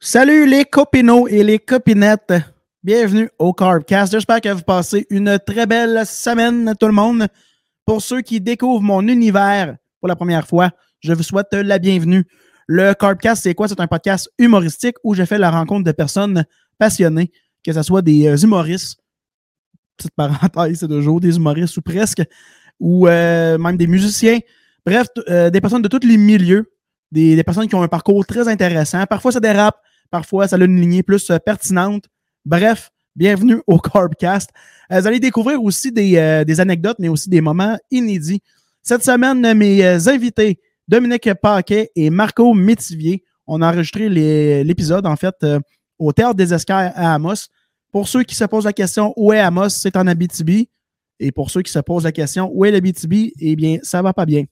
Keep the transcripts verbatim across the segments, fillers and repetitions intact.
Salut les copinots et les copinettes. Bienvenue au Carbcast. J'espère que vous passez une très belle semaine, tout le monde. Pour ceux qui découvrent mon univers pour la première fois, je vous souhaite la bienvenue. Le Carbcast, c'est quoi? C'est un podcast humoristique où je fais la rencontre de personnes passionnées, que ce soit des humoristes, petite parenthèse, c'est toujours des humoristes ou presque, ou euh, même des musiciens. Bref, t- euh, des personnes de tous les milieux, des, des personnes qui ont un parcours très intéressant. Parfois, ça dérape. Parfois, ça a une lignée plus euh, pertinente. Bref, bienvenue au Carbcast. Euh, vous allez découvrir aussi des, euh, des anecdotes, mais aussi des moments inédits. Cette semaine, mes euh, invités, Dominique Paquet et Marco Métivier, on a enregistré les- l'épisode, en fait, euh, au Théâtre des Esquerres à Amos. Pour ceux qui se posent la question où est Amos, c'est en Abitibi. Et pour ceux qui se posent la question où est l'Abitibi, eh bien, ça va pas bien.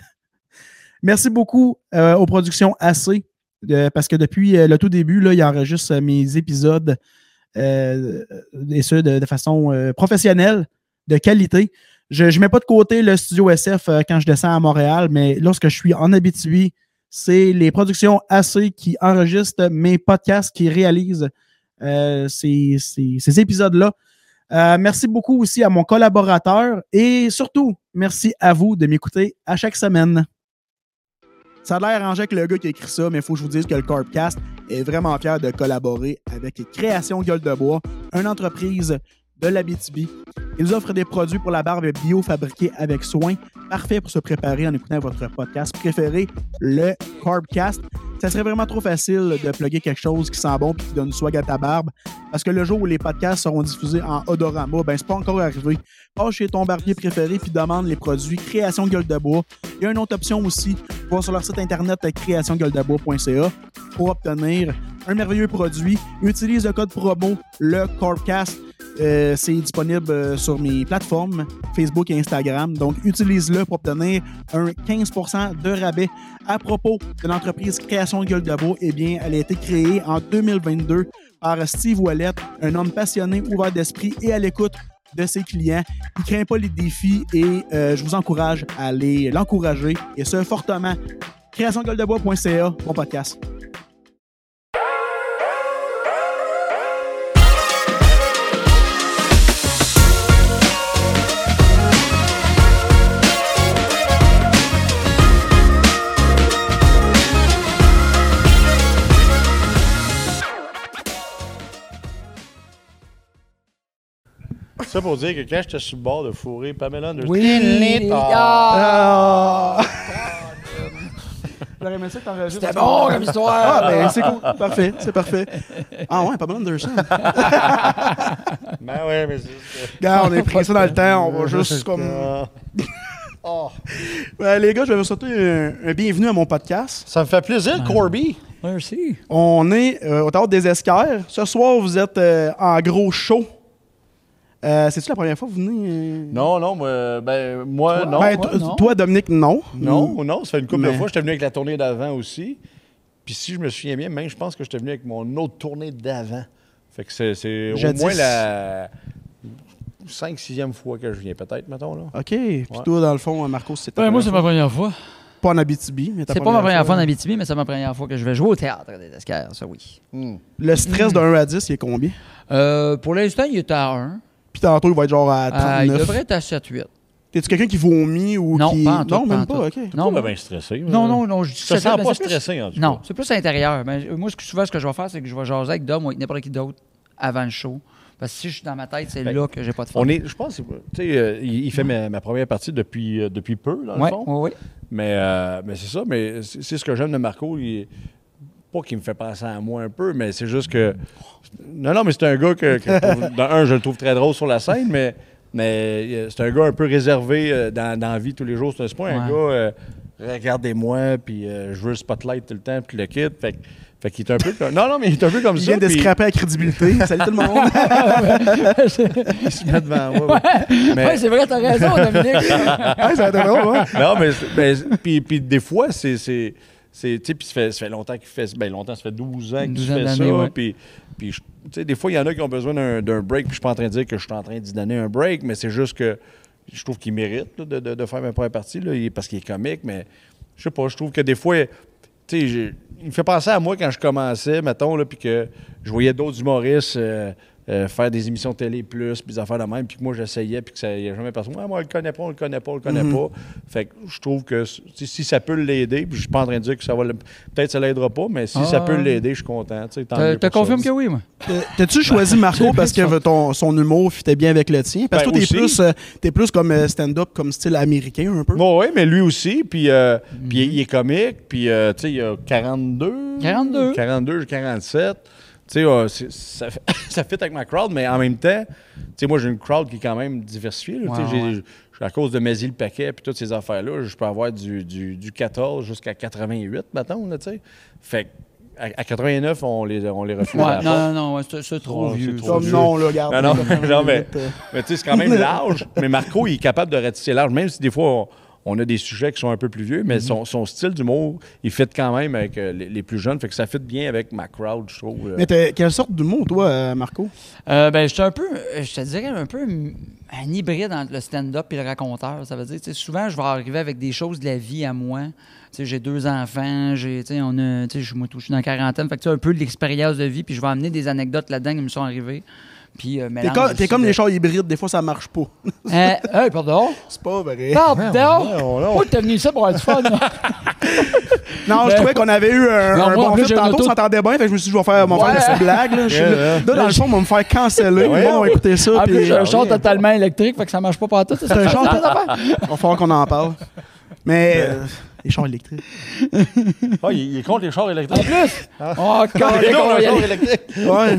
Merci beaucoup euh, aux productions A C. Euh, parce que depuis euh, le tout début, là, il enregistre euh, mes épisodes euh, et ce de, de façon euh, professionnelle, de qualité. Je ne mets pas de côté le studio S F euh, quand je descends à Montréal, mais lorsque je suis en Abitibi, c'est les productions A C qui enregistrent mes podcasts, qui réalisent euh, ces, ces, ces épisodes-là. Euh, merci beaucoup aussi à mon collaborateur et surtout, merci à vous de m'écouter à chaque semaine. Ça a l'air arrangé avec le gars qui a écrit ça, mais il faut que je vous dise que le Carbcast est vraiment fier de collaborer avec Création Gueule de Bois, une entreprise de l'Abitibi. Ils nous offrent des produits pour la barbe bio fabriqués avec soin, parfait pour se préparer en écoutant votre podcast préféré, le Carbcast. Ça serait vraiment trop facile de plugger quelque chose qui sent bon et qui donne swag à ta barbe, parce que le jour où les podcasts seront diffusés en odorama, ben c'est pas encore arrivé. Passe chez ton barbier préféré puis demande les produits Création Gueule de Bois. Il y a une autre option aussi, va sur leur site internet création gueule de bois point c a pour obtenir un merveilleux produit. Utilise le code promo le Carbcast. Euh, c'est disponible euh, sur mes plateformes Facebook et Instagram. Donc, utilise-le pour obtenir un quinze pour cent de rabais. À propos de l'entreprise Création Gueule de Bois, eh bien, elle a été créée en deux mille vingt-deux par Steve Ouellet, un homme passionné, ouvert d'esprit et à l'écoute de ses clients. Il ne craint pas les défis et euh, je vous encourage à aller l'encourager, et ce, fortement. création gueule de bois point c a, bon podcast. Ça pour dire que quand j'étais sur le bord de fourrer Pamela Anderson. Oui! Ah! J'aurais aimé ça que t'enregistres. C'était bon comme histoire! Ah, ben c'est cool. Parfait, c'est parfait. Ah ouais, Pamela Anderson. Ben ouais, mais c'est. Regarde, on est pris ça dans le temps, on va juste comme... Oh. Ben, les gars, je vais vous souhaiter un, un bienvenue à mon podcast. Ça me fait plaisir, Corby. Merci. On est euh, au Théâtre des Esquerres. Ce soir, vous êtes euh, en gros show. Euh, C'est-tu la première fois que vous venez? euh? Non, non, moi, ben, moi, non. Ben, moi, t- non. Toi, Dominique, non. Non, non, ça fait une couple Mais- de fois. J'étais venu avec la tournée d'avant aussi. Puis si je me souviens bien, même je pense que j'étais venu avec mon autre tournée d'avant. Fait que c'est, c'est au Jadis. moins la cinq sixième fois que je viens, peut-être, mettons, là. OK. Puis toi, dans le fond, Marco, c'est ta Ben, moi, première c'est ma première fois. fois. Pas en Abitibi, mais ta C'est pas ma première fois en Abitibi, mais c'est ma première fois que je vais jouer au théâtre des Esquerres, ça oui. Hmm. Le stress de un à dix, il est combien? Euh, pour l'instant, il est à un. Puis tantôt, il va être genre à Euh, il trente-neuf. devrait être à sept huit. T'es-tu quelqu'un qui vomit ou Non, qui... pas en tout, non, pas même en pas, tout. OK. Non, Pas mais- bien stressé. non, non, non, je dis Ça sept huit, sent mais pas c'est plus- stressé, en tout cas. Non, c'est plus à l'intérieur. Mais moi, ce que- souvent, ce que je vais faire, c'est que je vais jaser avec Dom ou avec n'importe qui d'autre avant le show. Parce que si je suis dans ma tête, c'est Ben, là que j'ai pas de fun. On est, je pense, tu sais, euh, il, il fait ma, ma première partie depuis, euh, depuis peu, dans Ouais, le fond. ouais, ouais. Mais, euh, mais c'est ça, mais c'est, c'est ce que j'aime de Marco. Il, pas qu'il me fait penser à moi un peu, mais c'est juste que. Non, non, mais c'est un gars que. que pour- dans un, je le trouve très drôle sur la scène, mais, mais euh, c'est un gars un peu réservé euh, dans, dans la vie tous les jours. C'est, c'est pas un Ouais. gars. euh, regardez-moi, puis euh, je veux le spotlight tout le temps, puis le kit. Fait, que- fait qu'il est un peu comme. Non, non, mais il est un peu comme Il ça. vient de puis- scraper la crédibilité. Salut tout le monde. il se met devant moi. ouais. Mais- Ouais, c'est vrai, t'as raison, Dominique. Ah, ça va être drôle, hein? Non, mais, mais puis, puis des fois, c'est. c'est c'est, tu sais, puis ça fait, ça fait longtemps qu'il fait ben longtemps, ça fait douze ans Une qu'il douzaine fait ça. d'années, ouais. Puis, puis je- tu sais, des fois, il y en a qui ont besoin d'un, d'un break, puis je suis pas en train de dire que je suis en train d'y donner un break, mais c'est juste que je trouve qu'il mérite là, de, de, de faire ma première partie, là, il- parce qu'il est comique, mais je sais pas, je trouve que des fois, tu sais, j'ai- il me fait penser à moi quand je commençais, mettons, là, puis que je voyais d'autres humoristes euh, euh, faire des émissions de télé plus, puis des affaires de même, puis que moi, j'essayais, puis qu'il n'y a jamais personne. Ah, moi, on le connaît pas, on le connaît pas, on le connaît Mm-hmm. pas. Fait que je trouve que si, si ça peut l'aider, puis je suis pas en train de dire que ça va le... Peut-être que ça l'aidera pas, mais si Ah. ça peut l'aider, je suis content. Tu sais, tant Te mieux te pour confirme ça. que oui, moi. T'as-tu choisi Marco J'ai parce pris que ton, son humour fitait bien avec le tien? Parce que Ben, toi, t'es aussi. plus, euh, t'es plus comme euh, stand-up, comme style américain un peu. Bon, oui, mais lui aussi, puis euh, Mm-hmm. puis il est comique, puis euh, tu sais, il a quarante-deux. quarante-deux. quarante-deux, j'ai quarante-sept. Tu sais, euh, c'est- ça, fait- ça fit avec ma crowd, mais en même temps, tu sais, moi, j'ai une crowd qui est quand même diversifiée. là. Tu sais, Ouais, j'ai- ouais. j'ai- à cause de Maisy le paquet puis toutes ces affaires-là, je peux avoir du, du, du quatorze jusqu'à quatre-vingt-huit, mettons, là, tu sais. Fait que à, à quatre-vingt-neuf, on les, on les refuse Ouais, à la porte. non, non, non, ouais, c'est c'est trop Ouais, vieux. c'est ça. trop Comme vieux. non, là, regarde. Non, non, genre, mais, euh, mais tu sais, c'est quand même large. Mais Marco, il est capable de ratisser large, même si des fois, on, on a des sujets qui sont un peu plus vieux, mais son, son style d'humour, il fit quand même avec euh, les, les plus jeunes. Fait que ça fit bien avec ma crowd, je trouve. euh. Mais t'as quelle sorte d'humour, toi, euh, Marco? Euh, ben, je suis un peu, euh, je te dirais un peu m- un hybride entre le stand-up et le raconteur. Ça veut dire, tu sais, souvent, je vais arriver avec des choses de la vie à moi. Tu sais, j'ai deux enfants, j'ai, tu sais, on a, tu sais, je suis moi, tout- je suis dans la quarantaine, fait que tu sais, un peu de l'expérience de vie, puis je vais amener des anecdotes là-dedans qui me sont arrivées. Puis, euh, T'es mélange comme, t'es aussi comme de- les chars hybrides, des fois ça marche pas. Euh, hey, pardon? C'est pas vrai. Pardon? non, non. Pourquoi t'es venu ici pour avoir du fun? là? Non, je Ben, trouvais qu'on avait eu un, non, un moi, en bon plus, fit. j'ai une Tantôt, auto- on s'entendait bien, fait que je me suis dit, je vais faire, on va Ouais. faire des blagues. Là, Je- Yeah, là, dans le fond, on va me faire canceller. Ouais, Bon, on va ouais. écouter ça. En puis, plus, j'ai un euh, char totalement électrique, fait que ça marche pas partout. C'est un char- ça, ça va. il va falloir qu'on en parle. Mais euh, les chars électriques. Ah, il, il est contre les chars En électriques. plus! Oh, Il quand est contre les chars même! électriques. Ouais.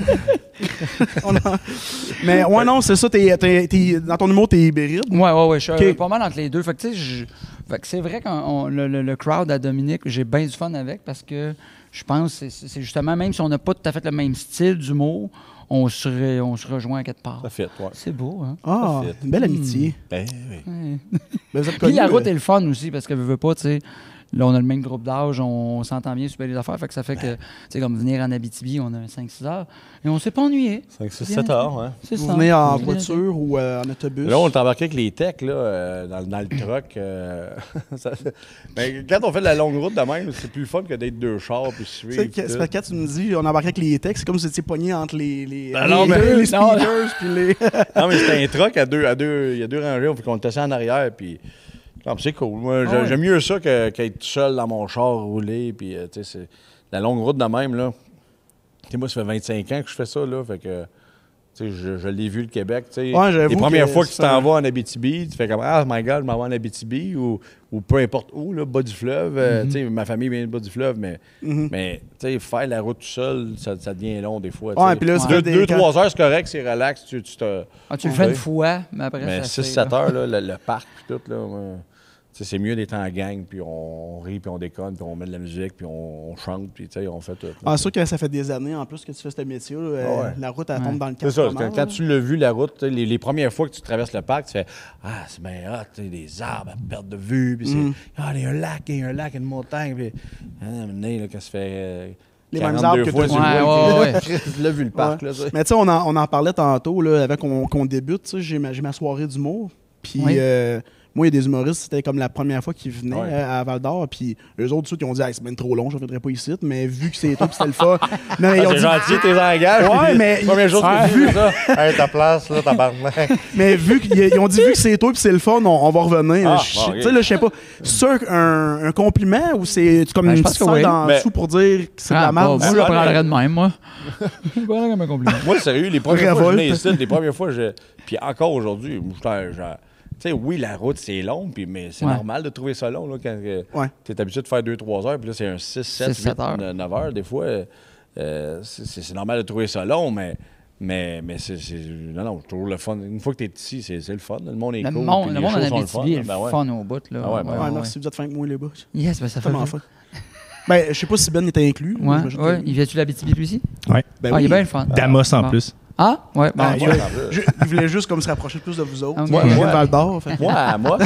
On en- Mais ouais, non, c'est ça. T'es, t'es- t'es- dans ton humour, t'es hybride. Ouais, ouais, ouais. Je suis euh, Ok. pas mal entre les deux. Fait que, tu sais, je- fait que c'est vrai que le, le- le crowd à Dominique, j'ai bien du fun avec parce que je pense que c'est c'est justement, même si on n'a pas tout à fait le même style d'humour, on se, re- on se rejoint à quelque part. Ça fit, ouais. C'est beau, hein? Ah, Ça fit. une belle amitié. Ben, oui. Ouais. Ben, vous êtes Puis connus, la route euh, est le fun aussi parce que, veux, veux pas, tu sais, là, on a le même groupe d'âge, on, s'entend bien sur les affaires. Fait que ça fait que, tu sais, comme venir en Abitibi, on a cinq six heures et on s'est pas ennuyé. cinq, six, Bien. sept heures, ouais. C'est Vous ça. venez en Bien voiture ou euh, en autobus? Là, on est embarqué avec les techs, là, euh, dans, dans le truck. euh, ça- Mais quand on fait de la longue route de même, c'est plus fun que d'être deux chars puis suivre. C'est que- c'est parce que quand tu me dis, on embarquait avec les textes, c'est comme si vous étiez pogné entre les, les, Ben les, non, mais- les non, speakers puis les... Non, mais c'était un truck à deux, à deux, il y a deux rangées, on fait qu'on était assis en arrière, puis non, puis c'est cool. Moi, j'ai- Ah ouais. j'aime mieux ça que- qu'être tout seul dans mon char roulé, puis euh, tu sais, c'est la longue route de même, là. Tu sais, moi, ça fait vingt-cinq ans que je fais ça, là, fait que, tu sais, je, je l'ai vu, le Québec, tu sais. Ouais, j'avoue les premières que fois que tu c'est t'en un- vas en Abitibi, tu fais comme « Ah, my God, je m'en vais en Abitibi » ou, ou peu importe où, là, bas du fleuve. euh, tu sais, ma famille vient du bas du fleuve, mais, Mhm. mais tu sais, faire la route tout seul, ça, ça devient long des fois, tu Ouais, sais. puis là, c'est deux, des- deux, quand- trois heures, c'est correct, c'est relax, tu, tu te... Ah, tu le Ouais. fais une fois, mais après, Mais ça six fait, sept là. heures, là, le, le parc, puis tout, là, moi, tu sais, c'est mieux d'être en gang, puis on, on rit, puis on déconne, puis on met de la musique, puis on, on chante, puis tu sais, on fait tout. là. Ah, c'est sûr que ça fait des années en plus que tu fais ce métier. Là, euh, Ah ouais. La route, elle Ouais. tombe dans le C'est cadre. ça, pas mal, quand, quand là. tu l'as vu, la route, tu sais, les, les premières fois que tu traverses le parc, tu fais « Ah, c'est bien hot, tu sais, des arbres à perte de vue, puis c'est Mm. Ah, il y a un lac, il y a un lac, une montagne, puis... Ah, maintenant, là, quand ça fait... euh, Les mêmes quarante-deux arbres que fois t'as sur le vu. bois, Ouais, ouais, tu l'as vu le parc, là, ça. Mais tu sais, on en, on en parlait tantôt, là, avant qu'on qu'on débute. tu sais, J'ai ma, j'ai ma soirée d'humour. Puis Oui. euh, moi, il y a des humoristes, c'était comme la première fois qu'ils venaient Ouais. euh, à Val d'Or. Puis eux autres, ceux qui ont dit, hey, c'est bien trop long, je ne viendrai pas ici. Mais vu que c'est toi, puis c'était le fun. Non, mais ils Ah, ont c'est dit- gentil, t'es engagé. Ouais, mais- Première chose Ouais. que tu dis, c'est ça. Hey, ta place, là, tabarnak. Mais vu qu'ils ils ont dit, vu que c'est toi, puis c'est le fun, on, on va revenir. Ah, Je- bon, Tu ok. sais, là, je sais pas. C'est un, un compliment ou c'est comme Ben, je une pense petite que oui. scène en Mais- dessous pour dire que c'est de Ah, la bah, merde? moi, je le prendrais de même, moi. Je le prendrais comme un compliment. Moi, sérieux, les premières fois que je Révolte. venais ici, les premières fois, je... puis encore aujourd'hui, moi, j'étais genre... Tu sais, oui, la route, c'est long, puis, mais c'est Ouais. normal de trouver ça long, là, quand Ouais. tu es habitué de faire deux trois heures, puis là, c'est un six, sept, six, huit, sept heures. neuf heures, des fois. euh, c'est c'est- c'est normal de trouver ça long, mais... Mais, mais c'est... c'est- Non, non, toujours le fun. Une fois que tu es ici, c'est c'est le fun. Le monde est Le cool. monde, puis le les monde en shows sont le Abitibi est fun, le ben ouais. fun au bout. Là. Ah ouais, ben Ouais, ouais. merci, vous êtes fin que moi, les bas. Yes, ben ça fait Vraiment le fun. Ben, je sais pas si Ben était inclus. Ouais, j'imagine que ouais. oui. Il vient-tu de l'Abitibi, lui aussi? Ouais. Ben Ah, oui. il est bien le fun. Damos en Bon. plus. Ah, ouais. Bon, Ah, ouais. il, ouais. je- il voulait juste comme se rapprocher plus de vous autres. Ok. Moi, Ouais, je viens de ouais. Val d'Or. fait que- Moi, à Amos,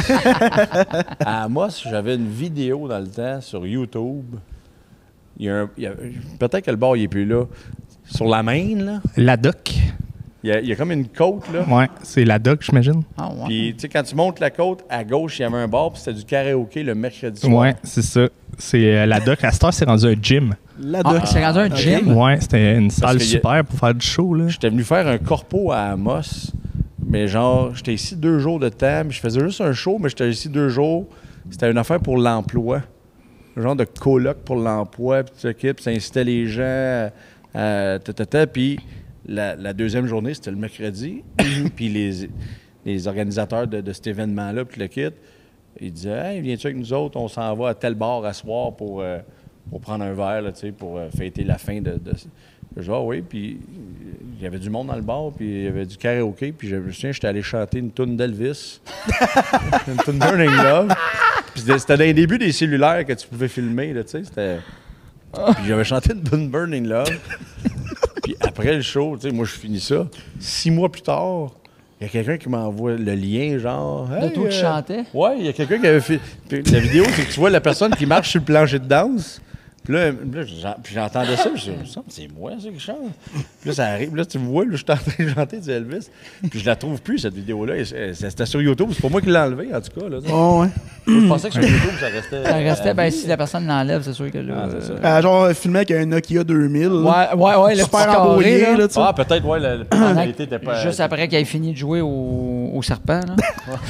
à Amos, j'avais une vidéo dans le temps sur YouTube. Il y a un- il y a- Peut-être que le bar, il est plus là. Sur la main, là. La doc. Il y, a, il y a comme une côte, là. Ouais, c'est la doc, j'imagine. Ah, ouais. Puis, tu sais, quand tu montes la côte, à gauche, il y avait un bar, puis c'était du karaoké le mercredi soir. Ouais, c'est ça. C'est euh, la doc. À cette heure, c'est rendu un gym. La Ah, doc. c'est rendu un gym? Ouais, c'était une salle qu'il y a- super pour faire du show, là. J'étais venu faire un corpo à Amos, mais genre, j'étais ici deux jours de temps, puis je faisais juste un show, mais j'étais ici deux jours. C'était une affaire pour l'emploi. Un genre de colloque pour l'emploi, puis tout ça, puis ça incitait les gens à tatata, puis la, la deuxième journée, c'était le mercredi, puis les, les organisateurs de, de cet événement-là, puis le kit, ils disaient « Hey, viens-tu avec nous autres, on s'en va à tel bar à soir pour, euh, pour prendre un verre, là, tu sais, pour euh, fêter la fin de... de... » Genre, oui, puis il y avait du monde dans le bar, puis il y avait du karaoké, puis je me souviens, j'étais allé chanter une toune d'Elvis, une toune Burning Love. Puis c'était c'était dans les débuts des cellulaires que tu pouvais filmer, là, tu sais, c'était... Puis j'avais chanté une toune Burning Love. Puis après le show, tu sais, moi, je finis ça. Six mois plus tard, il y a quelqu'un qui m'envoie le lien, genre... De Hey, toi qui euh, chantais? Ouais, il y a quelqu'un qui avait fait... Puis la vidéo, c'est que tu vois la personne qui marche sur le plancher de danse. Puis là, là, j'en- puis j'entendais ça, je me suis dit, c'est moi, ça, qui chante. Puis là, ça arrive, là, tu me vois, là, je suis en train de chanter du Elvis. Puis je la trouve plus, cette vidéo-là. Et c'est- C'était sur YouTube, c'est pas moi qui l'ai enlevée, en tout cas. Là, Oh, ouais. je pensais que sur YouTube, ça restait. Ça restait, à ben, vie. si la personne l'enlève, c'est sûr que là. Ah, c'est ça. euh, Euh, genre, filmé avec un Nokia deux mille. là. Ouais, ouais, ouais, le Super petit carré, embrouillé, là. là, tu sais. Ah, peut-être, ouais, la, la personnalité n'était pas. Juste après qu'il ait fini de jouer au, au serpent, là.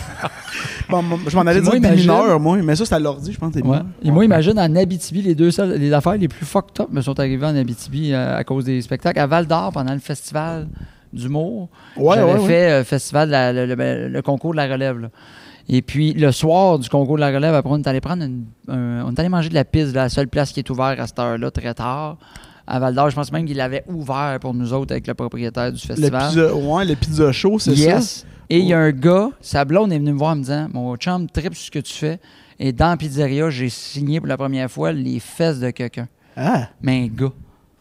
Bon, moi, je m'en allais Moi, dire des imagine- mineurs, moi, mais ça, c'est à l'ordi, je pense, des Ouais. mineurs. Et moi, imagine, en Abitibi, les deux seules, les affaires les plus fucked up me sont arrivées en Abitibi euh, à cause des spectacles. À Val d'Or, pendant le festival d'humour, Ouais, j'avais ouais, ouais. fait euh, festival de la- le, le- le concours de la relève. Là. Et puis, le soir du concours de la relève, après, on est allé prendre une, un- on est allé manger de la pizza, la seule place qui est ouverte à cette heure-là, très tard. À Val d'Or, je pense même qu'il l'avait ouvert pour nous autres avec le propriétaire du Le festival. pizza, ouais, le pizza chaud, c'est Yes. ça? Et il y a un gars, sa blonde est venue me voir en me disant Mon chum tripe sur ce que tu fais. Et dans la pizzeria, j'ai signé pour la première fois les fesses de quelqu'un. Ah. Mais un gars.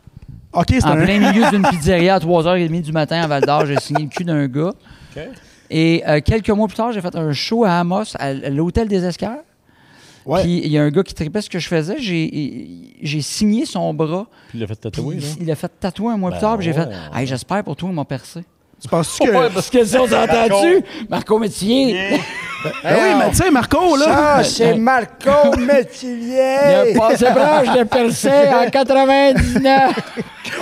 OK, c'est En un... plein milieu d'une pizzeria à trois heures trente du matin à Val d'Or, j'ai signé le cul d'un gars. OK. Et euh, quelques mois plus tard, j'ai fait un show à Amos, à l'Hôtel des Esquerres. Ouais. Puis il y a un gars qui tripait ce que je faisais. J'ai j'ai signé son bras. Puis il l'a fait Puis tatouer, là. il a fait tatouer un mois Ben plus tard. Puis j'ai ouais, fait ouais. Hey, j'espère pour toi, il m'a percé. Tu penses-tu que... Ouais, parce que si on s'est entendu, Marco Métier. Ben oui, mais tu sais, Marco, là... c'est Marco Il Métivier! a passé proche de percer en quatre-vingt-dix-neuf.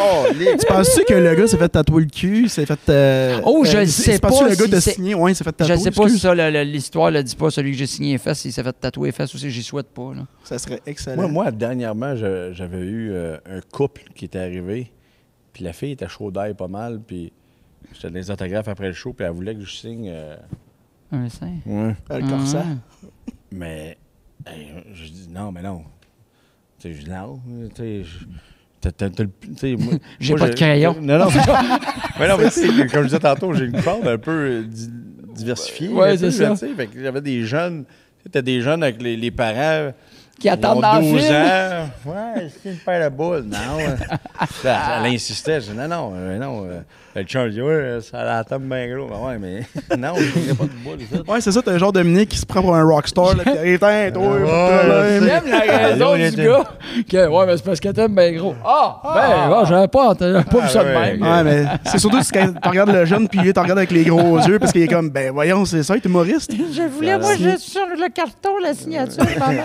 Tu penses-tu que le gars s'est fait tatouer le cul, s'est fait... euh, Oh, je euh, le c'est- sais c'est parce que pas le gars si t'a c'est- signé, ouais, il s'est fait Je tatouer. sais pas si excuse. ça, le- le- l'histoire le dit pas. Celui que j'ai signé les fesses, il s'est fait tatouer les fesses aussi. J'y souhaite pas. Là. Ça serait excellent. Moi, moi, dernièrement, je- j'avais eu euh, un couple qui était arrivé, puis la fille était chaude d'ail pas mal, puis j'étais dans les autographes après le show, puis elle voulait que je signe. euh, Un sein. ouais. Euh, le corset. Ah. Mais hey, je dis non, mais non. Tu sais, je dis non. Tu sais, je- t'as- t'as- t'as le- tu sais, moi- J'ai moi, pas je- de crayon. Non, non, mais, mais non, mais tu sais, comme je disais tantôt, j'ai une corde un peu euh, di- diversifiée. Ouais, un peu, c'est ça. tu sais, fait que j'avais des jeunes. Tu sais, des jeunes avec les, les parents. Qui Ils attendent ont dans le douze film. ans. Ouais, c'est une paire de boules. Non. euh. elle, elle insistait. Je dis non, non, euh, non. euh. Le chum dit ouais, ça a la table bien gros. Ben ouais, mais non, je ne pas de boules. ici. Ouais, c'est ça, t'as un genre Dominique qui se prend pour un rockstar, là, puis arrive, tiens, toi, Ouais, pas de problème. J'aime la raison Allô, du les- gars. Que, ouais, mais c'est parce que t'aimes bien gros. Ah, ben, ouais, j'avais pas, j'avais pas vu ça de ouais. même. Ouais, mais c'est surtout quand tu regardes le jeune, puis lui, tu regardes avec les gros yeux, parce qu'il est comme, ben voyons, c'est ça, t'es humoriste. Je voulais, moi, juste sur le carton, la signature de ma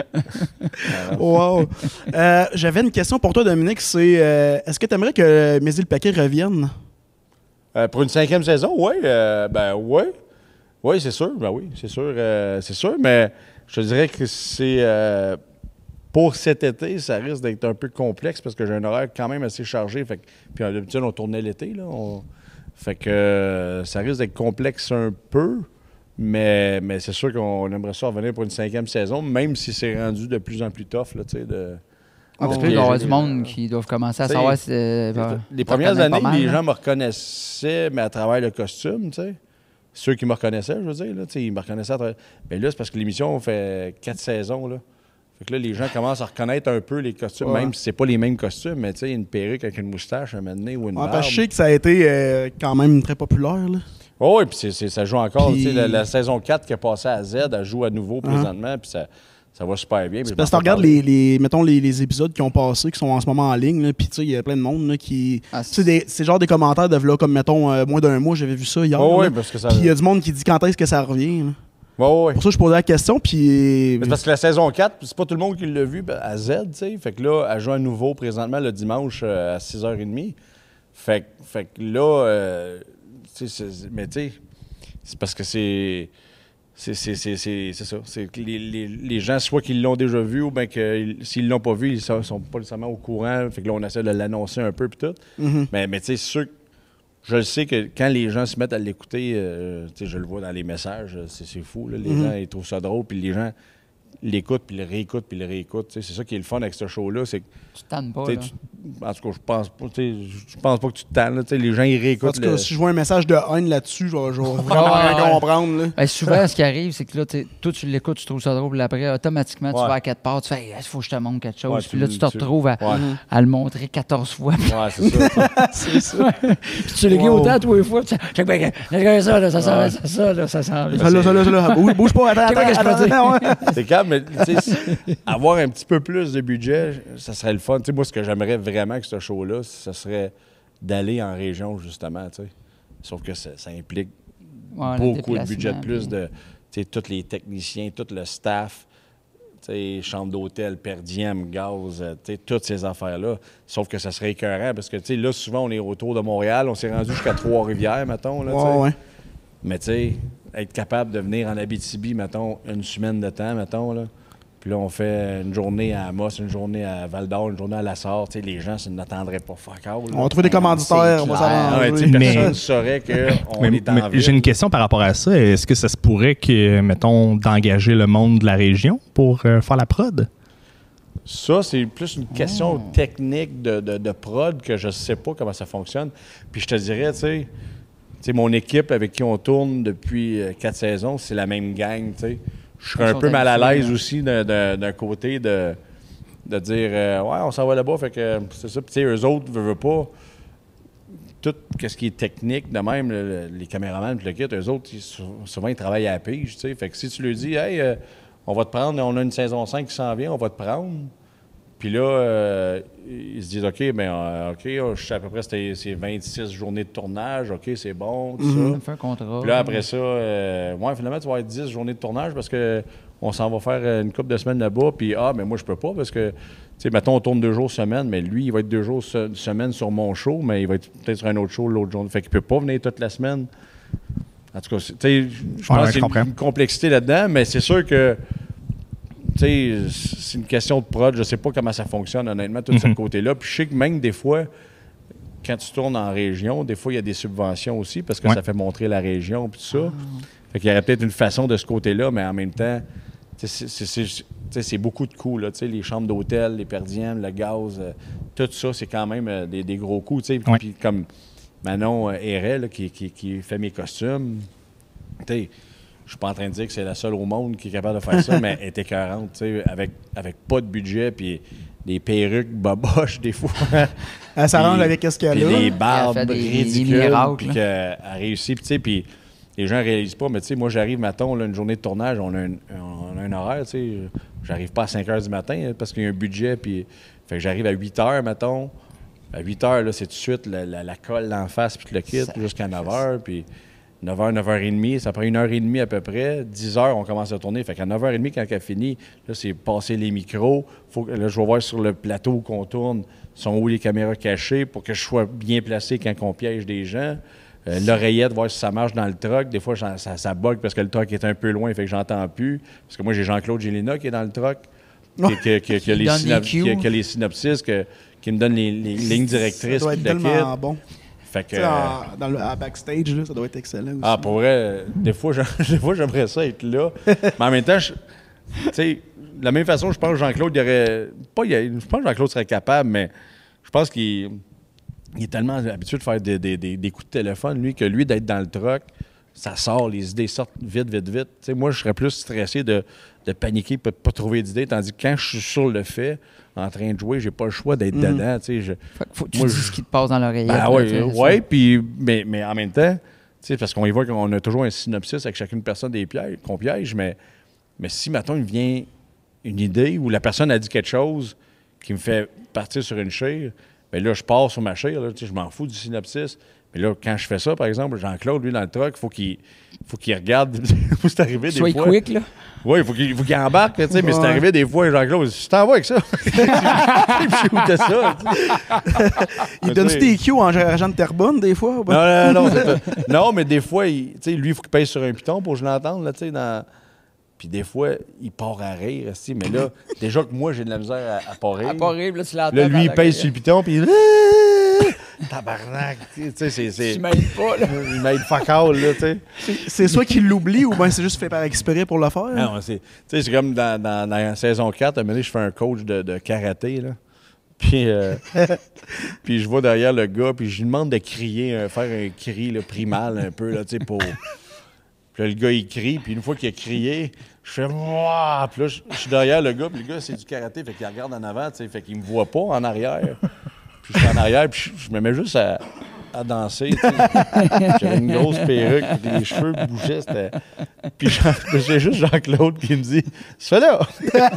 mère. Wow. Euh, J'avais une question pour toi, Dominique, c'est euh, est-ce que tu aimerais que Mésil Paquet revienne? Euh, pour une cinquième saison, oui. Euh, ben oui. Oui, c'est sûr. Ben oui, c'est sûr. euh, c'est sûr, mais je te dirais que c'est. euh, pour cet été, ça risque d'être un peu complexe parce que j'ai un horaire quand même assez chargé. Fait que, puis euh, d'habitude, on tournait l'été. Là, on- fait que euh, ça risque d'être complexe un peu. Mais, mais c'est sûr qu'on aimerait ça revenir pour une cinquième saison, même si c'est rendu de plus en plus tough, là, tu sais, de... En plus, de il doit y avoir piéger du les- monde qui doivent commencer à T'sais, savoir si. euh, Les, ben, les t'en premières connais pas années, mal, les là. gens me reconnaissaient, mais à travers le costume, tu sais. Ceux qui me reconnaissaient, je veux dire, là, tu sais, ils me reconnaissaient à travers... Mais là, c'est parce que l'émission fait quatre saisons, là. Fait que là, les gens commencent à reconnaître un peu les costumes, Ouais. même si c'est pas les mêmes costumes, mais tu sais, une perruque avec une moustache, un moment donné, ou une Ouais, barbe. parce que je sais que ça a été euh, quand même très populaire. Là. Oh, oui, puis c'est, c'est- ça joue encore. Puis- Tu sais, La, la saison quatre qui est passée à Z, elle joue à nouveau présentement, puis ça, ça va super bien. C'est parce que tu regardes les, les, mettons, les, les épisodes qui ont passé, qui sont en ce moment en ligne, puis tu sais, il y a plein de monde là, qui. Ah, tu sais, c'est genre des commentaires de là, comme mettons, euh, moins d'un mois, j'avais vu ça hier. Oh, là. oui, parce que ça. Puis il y a du monde qui dit quand est-ce que ça revient. Là. Oh, oui. Pour ça, je posais la question, puis. Mais c'est parce que la saison quatre, c'est pas tout le monde qui l'a vu à Z, tu sais. Fait que là, elle joue à nouveau présentement le dimanche euh, à six heures trente. Fait, fait que là, euh, tu sais, mais tu sais, c'est parce que c'est. C'est, c'est, c'est, c'est, c'est ça. C'est que les, les, les gens, soit qu'ils l'ont déjà vu ou bien que s'ils l'ont pas vu, ils sont, sont pas nécessairement au courant. Fait que là, on essaie de l'annoncer un peu puis tout. Mm-hmm. Mais, mais tu sais, c'est sûr que je le sais que quand les gens se mettent à l'écouter, euh, tu sais, je le vois dans les messages, c'est, c'est fou. Là, les Mm-hmm. gens, ils trouvent ça drôle, puis les gens l'écoutent, puis le réécoutent, puis le réécoutent. C'est ça qui est le fun avec ce show-là. C'est que, Tu te tannes pas, tu sais, là. tu- en tout cas, je pense pas, tu sais, je pense pas que tu te tannes. Là, tu sais, les gens, ils En réécoutent. tout cas, le- si je vois un message de haine là-dessus, je vais je vais vraiment Ouais, rien ouais. comprendre. Là. Ben, souvent, ce qui arrive, c'est que là, t'sais, toi, tu l'écoutes, tu trouves ça drôle, puis après, automatiquement, tu Ouais. vas à quatre parts, tu fais, il faut que je te montre quelque chose. Ouais, puis tu- là, tu te tu- retrouves à, Ouais. à le montrer quatorze fois. Puis Ouais, c'est ça. C'est ça. tu le dis Wow. autant tous les fois. Puis tu check bien, regarde ça, là, ça sent Ouais. ça, ça, là, ça sent. Ça là, ça là, ça là. Bouge, bouge pas, attends, C'est quoi attends, que je peux attends, dire? attends, ouais. C'est calme, mais tu sais, si- avoir un petit peu plus de budget, ça serait le fun. Tu sais, moi, ce que j'aimerais vraiment avec ce show-là, ce serait d'aller en région, justement. Tu sais. Sauf que ça, ça implique Ouais, le beaucoup de déplacement, budget de plus, puis- de tu sais, tous les techniciens, tout le staff, tu sais, chambre d'hôtel, per diem, gaz, euh, tu sais, toutes ces affaires-là. Sauf que ça serait écœurant parce que tu sais, là, souvent, on est autour de Montréal, on s'est rendu jusqu'à Trois-Rivières, mettons. Là, tu sais. Ouais, ouais. Mais tu sais, être capable de venir en Abitibi, mettons, une semaine de temps, mettons, là. Puis là, on fait une journée à Amos, une journée à Val-d'Or, une journée à La Sarre. Tu sais, les gens ça n'attendraient pas fuck all. là. On va trouver des commanditaires, on va clair. Ah ouais, tu sais, s'arranger. Mais- personne ne saurait qu'on Mais- est en mais ville. j'ai une question par rapport à ça. Est-ce que ça se pourrait que, mettons, d'engager le monde de la région pour euh, faire la prod? Ça, c'est plus une question Oh. technique de, de, de prod que je ne sais pas comment ça fonctionne. Puis je te dirais, tu sais, tu sais, mon équipe avec qui on tourne depuis euh, quatre saisons, c'est la même gang, tu sais. Je serais Ils un sont peu mal à habitués, l'aise hein. aussi d'un- d'un d'un côté de, de dire euh, ouais, on s'en va là-bas, fait que c'est ça. Puis tu sais, eux autres ne veulent pas tout ce qui est technique de même, le- le- les caméramans, puis le kit, eux autres, ils, sou- souvent, ils travaillent à la pige, tu sais. Fait que si tu leur dis, hey, euh, on va te prendre, on a une saison cinq qui s'en vient, on va te prendre. Puis là, euh, ils se disent, OK, bien, OK, je sais à peu près, c'était c'est vingt-six journées de tournage, OK, c'est bon, tout Ça ça. me fait un contrat. Puis là, après ça, euh, ouais, finalement, tu vas être dix journées de tournage parce que on s'en va faire euh, une couple de semaines là-bas. Puis, ah, mais moi, je peux pas parce que, tu sais, mettons, on tourne deux jours semaine, mais lui, il va être deux jours se- semaine sur mon show, mais il va être peut-être sur un autre show l'autre jour. Fait qu'il peut pas venir toute la semaine. En tout cas, c'est- tu sais, je pense Ouais, que je c'est comprends. une, une complexité là-dedans, mais c'est sûr que, tu sais, c'est une question de prod. Je sais pas comment ça fonctionne, honnêtement, tout ce Mhm. côté-là. Puis je sais que même des fois, quand tu tournes en région, des fois, il y a des subventions aussi parce que Ouais. ça fait montrer la région puis tout ça. Fait qu'il y aurait peut-être une façon de ce côté-là, mais en même temps, tu sais, c'est- c'est- c'est tu sais, c'est beaucoup de coûts. Là, tu sais, les chambres d'hôtel, les per diem, le gaz, euh, tout ça, c'est quand même euh, des, des gros coûts. tu sais. Puis Ouais. puis comme Manon euh, Héret, là, qui, qui- qui fait mes costumes, tu sais, je suis pas en train de dire que c'est la seule au monde qui est capable de faire ça, mais elle est écœurante, tu sais, avec, avec pas de budget, puis des perruques boboches des fois. Elle s'arrange Puis- avec ce qu'elle puis a. des Elle barbes fait des- des ridicules, miracles, puis là. qu'elle a réussi. Puis tu sais, puis les gens réalisent pas, mais tu sais, moi, j'arrive, mettons, là, une journée de tournage, on a un, on a un horaire, tu sais. J'arrive pas à cinq heures du matin hein, parce qu'il y a un budget, puis fait que j'arrive à huit heures, mettons. À huit heures, là, c'est tout de suite la, la, la colle d'en face, puis tout le kit, Ça- jusqu'à neuf heures, puis neuf heures, neuf heures trente, ça prend une heure et demie à peu près. dix heures, on commence à tourner. Fait qu'à neuf heures trente, quand elle finit, là, c'est passer les micros. Faut que, là, je vais voir sur le plateau où qu'on tourne, sont où les caméras cachées pour que je sois bien placé quand on piège des gens. Euh, L'oreillette, voir si ça marche dans le truck. Des fois, j'en- ça, ça bug parce que le truck est un peu loin, fait que j'entends plus. Parce que moi, j'ai Jean-Claude Gélina qui est dans le truck, qui, qui- qui- qui a les donne les synop- cues. qui a- qui a les synopsis, que- qui me donne les, les lignes directrices. Ça doit être puis le tellement kit. bon. Fait que, Tu sais, en- dans le, à backstage, là, ça doit être excellent aussi. ah, pour vrai, euh, des fois, j'ai- des fois, j'aimerais ça être là. Mais en même temps, je- tu sais, de la même façon, je pense que Jean-Claude, il aurait. Pas, il a- je pense que Jean-Claude serait capable, mais je pense qu'il il est tellement habitué de faire des, des- des- des coups de téléphone, lui, que lui, d'être dans le truck, ça sort, les idées sortent vite, vite, vite. Tu sais, moi, je serais plus stressé de, de paniquer, de ne pas trouver d'idées, tandis que quand je suis sur le fait, en train de jouer, j'ai pas le choix d'être Mhm. dedans. Tu sais, je- Fait que faut que tu Moi, dis je- ce qui te passe dans l'oreillette. ben là, oui, tu sais, ouais, ça. puis mais, mais en même temps, tu sais, parce qu'on y voit qu'on a toujours un synopsis avec chacune personne des pièges, qu'on piège, mais, mais si, mettons, il vient une idée ou la personne a dit quelque chose qui me fait partir sur une chire, bien là, je pars sur ma chire. Là, je m'en fous du synopsis. Mais là, quand je fais ça, par exemple, Jean-Claude, lui, dans le truck, il faut qu'il faut qu'il regarde. Faut c'est arrivé des Sois fois. quick, là. Oui, il faut qu'il faut qu'il embarque, tu sais, mais c'est Ouais. arrivé des fois, Jean-Claude, je t'envoie avec ça. Puis je shootais ça. Il donne des cues en agent de Terrebonne, des fois? ou pas? Non, non, non. c'est- non, mais des fois, il- tu sais, lui, il faut qu'il pèse sur un piton pour que je l'entende, là, tu sais, dans... Puis des fois, il part à rire, aussi, mais là, déjà que moi, j'ai de la misère à, à pas rire. Ah, pas horrible, là, tu l'entends. Là, lui, dans il la- pèse sur le piton, puis il... Tabarnak! Tu sais, c'est... c'est- Tu m'aides pas, là. Il m'aide fuck all, là, tu sais. C'est soit qu'il l'oublie ou bien c'est juste fait par exprès pour le faire. Non, c'est, tu sais, c'est comme dans, dans, dans la saison quatre, à un moment donné, je fais un coach de, de karaté, là. Puis, euh, puis je vais derrière le gars, puis je lui demande de crier, euh, faire un cri là, primal un peu, là, tu sais, pour... Puis là, le gars, il crie, puis une fois qu'il a crié, je fais « Wouah! » Puis là, je je suis derrière le gars, puis le gars, c'est du karaté, fait qu'il regarde en avant, tu sais, fait qu'il me voit pas en arrière. Puis je suis en arrière, puis je, je me mets juste à, à danser, tu sais. J'avais une grosse perruque, puis les cheveux bougeaient, c'était... Puis Jean- j'ai juste Jean-Claude qui me dit « C'est fait là! »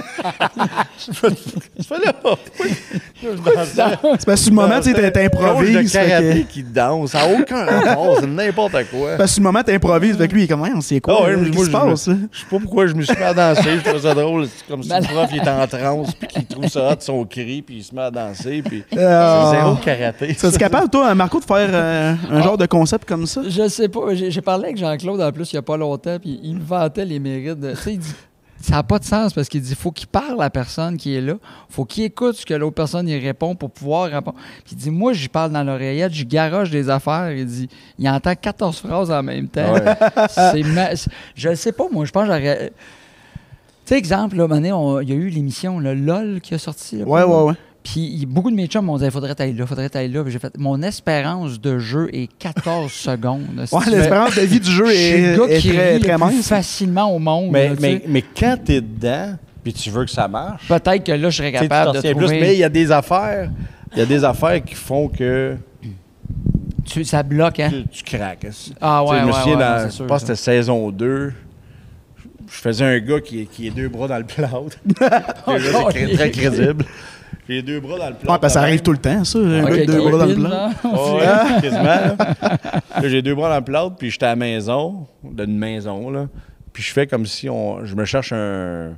Je fais « C'est fait là! » C'est parce que sur le moment, tu sais, Coach de t'improvises. fait karaté que- qui danse, ça n'a aucun rapport, c'est n'importe quoi. Parce que sur le moment, t'improvises. Avec lui, il est comme, c'est quoi? Ah ouais, là, moi, Qu'est-ce qui je se me- passe? là? Je sais pas pourquoi je me suis mis à danser, je trouvais ça drôle. C'est comme si le prof il était en transe, puis qu'il trouve ça hot son cri, puis il se met à danser, puis Ah. c'est zéro karaté. Serais-tu capable, toi, Marco, de faire euh, un genre de concept comme ça? Je sais pas. J'ai j'ai parlé avec Jean-Claude en plus il y a pas longtemps, puis il me vantait les mérites de. Tu sais, il dit. Ça n'a pas de sens parce qu'il dit faut qu'il parle à la personne qui est là. Faut qu'il écoute ce que l'autre personne y répond pour pouvoir répondre. Puis il dit moi, j'y parle dans l'oreillette, j'y garoche des affaires. Il dit il entend quatorze phrases en même temps. Ouais. C'est ma- c'est- Je ne sais pas, moi. Je pense que j'aurais. Tu sais, exemple, là, un moment donné, on- il y a eu l'émission le LOL qui a sorti. Là, Ouais, ouais, ouais. Puis il- beaucoup de mes chums m'ont dit faudrait aller là, faudrait aller là. Puis j'ai fait mon espérance de jeu est quatorze secondes. Si Ouais, tu veux. l'espérance de vie du jeu Je suis est, le gars est qui très, rit très le plus mince. facilement au monde. Mais, là, tu mais, sais. mais quand t'es dedans, puis tu veux que ça marche, Peut-être que là, je serais tu sais, tu capable t'en de tiens trouver... plus, mais il y a des affaires, il y a des affaires qui font que Tu- ça bloque, hein? tu, tu craques. Ah Tu sais, ouais, je me ouais, souviens, ouais, dans- c'est je sûr, pense que ça. c'était saison deux, je faisais un gars qui, qui est deux bras dans le plâtre. Déjà, c'est cré- très crédible. J'ai les deux bras dans le plâtre. Ouais, parce que ça arrive tout le temps, ça. Un Ok, gars avec deux bras dans le copine, plan. là. Ouais, quasiment. Là. Là, j'ai deux bras dans le plâtre, puis j'étais à la maison, d'une maison, là. Puis je fais comme si on, je me cherche un,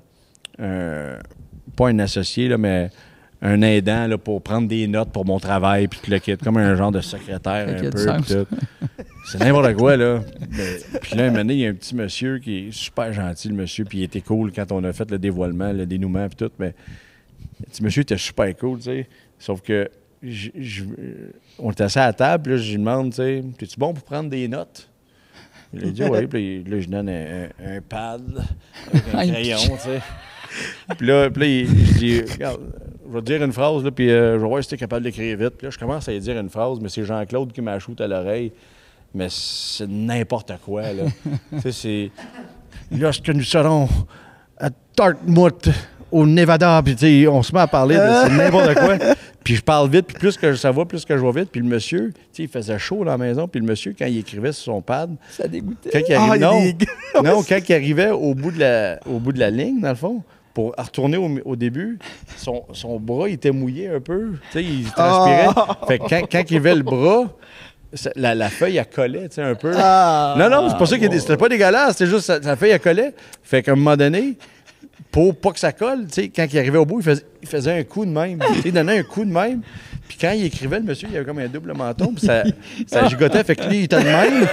un- pas un associé, là, mais un aidant là, pour prendre des notes pour mon travail, puis tout le kit, comme un genre de secrétaire Ça un qui a peu. du sens. puis tout. C'est n'importe quoi, là. Mais- Puis là, un moment donné, il y a un petit monsieur qui est super gentil, le monsieur, puis il était cool quand on a fait le dévoilement, le dénouement, puis tout, mais le petit monsieur était super cool, tu sais. Sauf que je- je- on était assis à la table, puis là, je lui demande, tu sais, es-tu bon pour prendre des notes? Il a dit, oui, puis là, je donne un, un- un pad avec un Un crayon, tu sais. Puis là, puis là, il- je dis, regarde, je vais te dire une phrase, là, puis euh, je vais voir si tu es capable d'écrire vite. Puis là, je commence à lui dire une phrase, mais c'est Jean-Claude qui m'achoute à l'oreille. Mais c'est n'importe quoi, là. Tu sais, c'est... Lorsque nous serons à Dartmouth, au Nevada, puis tu sais, on se met à parler de c'est n'importe quoi. Puis je parle vite, puis plus que ça va, plus que je vais vite. Puis le monsieur, tu sais, il faisait chaud dans la maison, puis le monsieur, quand il écrivait sur son pad, Ça dégoûtait. quand il Ah, arrive, il y a non, des gars- non, quand il arrivait au bout de la, au bout de la ligne, dans le fond, pour retourner au, au début, son, son bras il était mouillé un peu. Tu sais, il transpirait. Ah. Fait que quand, quand il levait le bras, ça- la, la feuille, elle collait, tu sais, un peu. Ah. non, non, c'est pas ça qu'il y a des- c'était pas dégueulasse, c'était juste la feuille, elle collait. Fait qu'à un moment donné, pour pas que ça colle, tu sais, quand il arrivait au bout, il faisait, il faisait un coup de même. Tu sais, il donnait un coup de même. Puis quand il écrivait, le monsieur, il avait comme un double menton, puis ça, ça gigotait. Fait que lui, il était de même.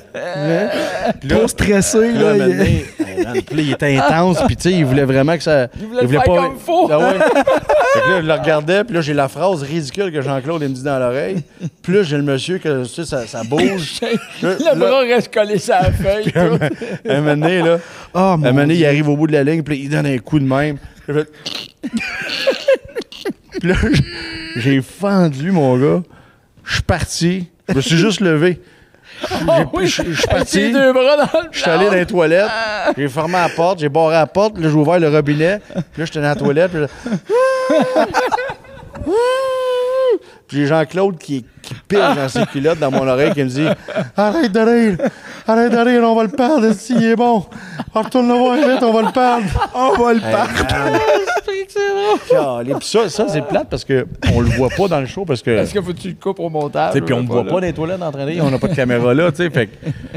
Puis là, Trop stressé, puis là. là, il- maintenant, euh, dans le- puis là, il était intense, puis tu sais, il voulait vraiment que ça... Il voulait le faire comme faut. Ah ouais. Fait que là, je le regardais, puis là, j'ai la phrase ridicule que Jean-Claude il me dit dans l'oreille. Puis là, j'ai le monsieur que, tu sais, ça, ça bouge. Là, Le là, bras reste collé sur la feuille. un, tout. un moment donné, là, Oh, un mon moment donné, il Dieu. arrive au bout de la ligne, puis là, il donne un coup de même. J'ai fait... Puis là, j'ai fendu, mon gars. Je suis parti. Je me suis juste levé. Ah oui, Je je- je suis avec ses parti. deux bras dans le Je suis allé dans les toilettes, j'ai fermé la porte, j'ai barré la porte, là j'ai ouvert le robinet, puis là j'étais dans la toilette, puis là... Puis j'ai Jean-Claude qui, qui pile dans ses culottes dans mon oreille qui me dit « Arrête de rire! Arrête de rire, on va le perdre, si il est bon! Retourne le voir vite, on va le perdre! » On va le Hey, perdre. man. c'est drôle. Puis ça, ça c'est plate parce qu'on le voit pas dans le show parce que. Parce que faut que tu le coupes au montage. Puis on ne voit pas dans les toilettes en train de rire, on n'a pas de caméra là, tu sais. Fait que.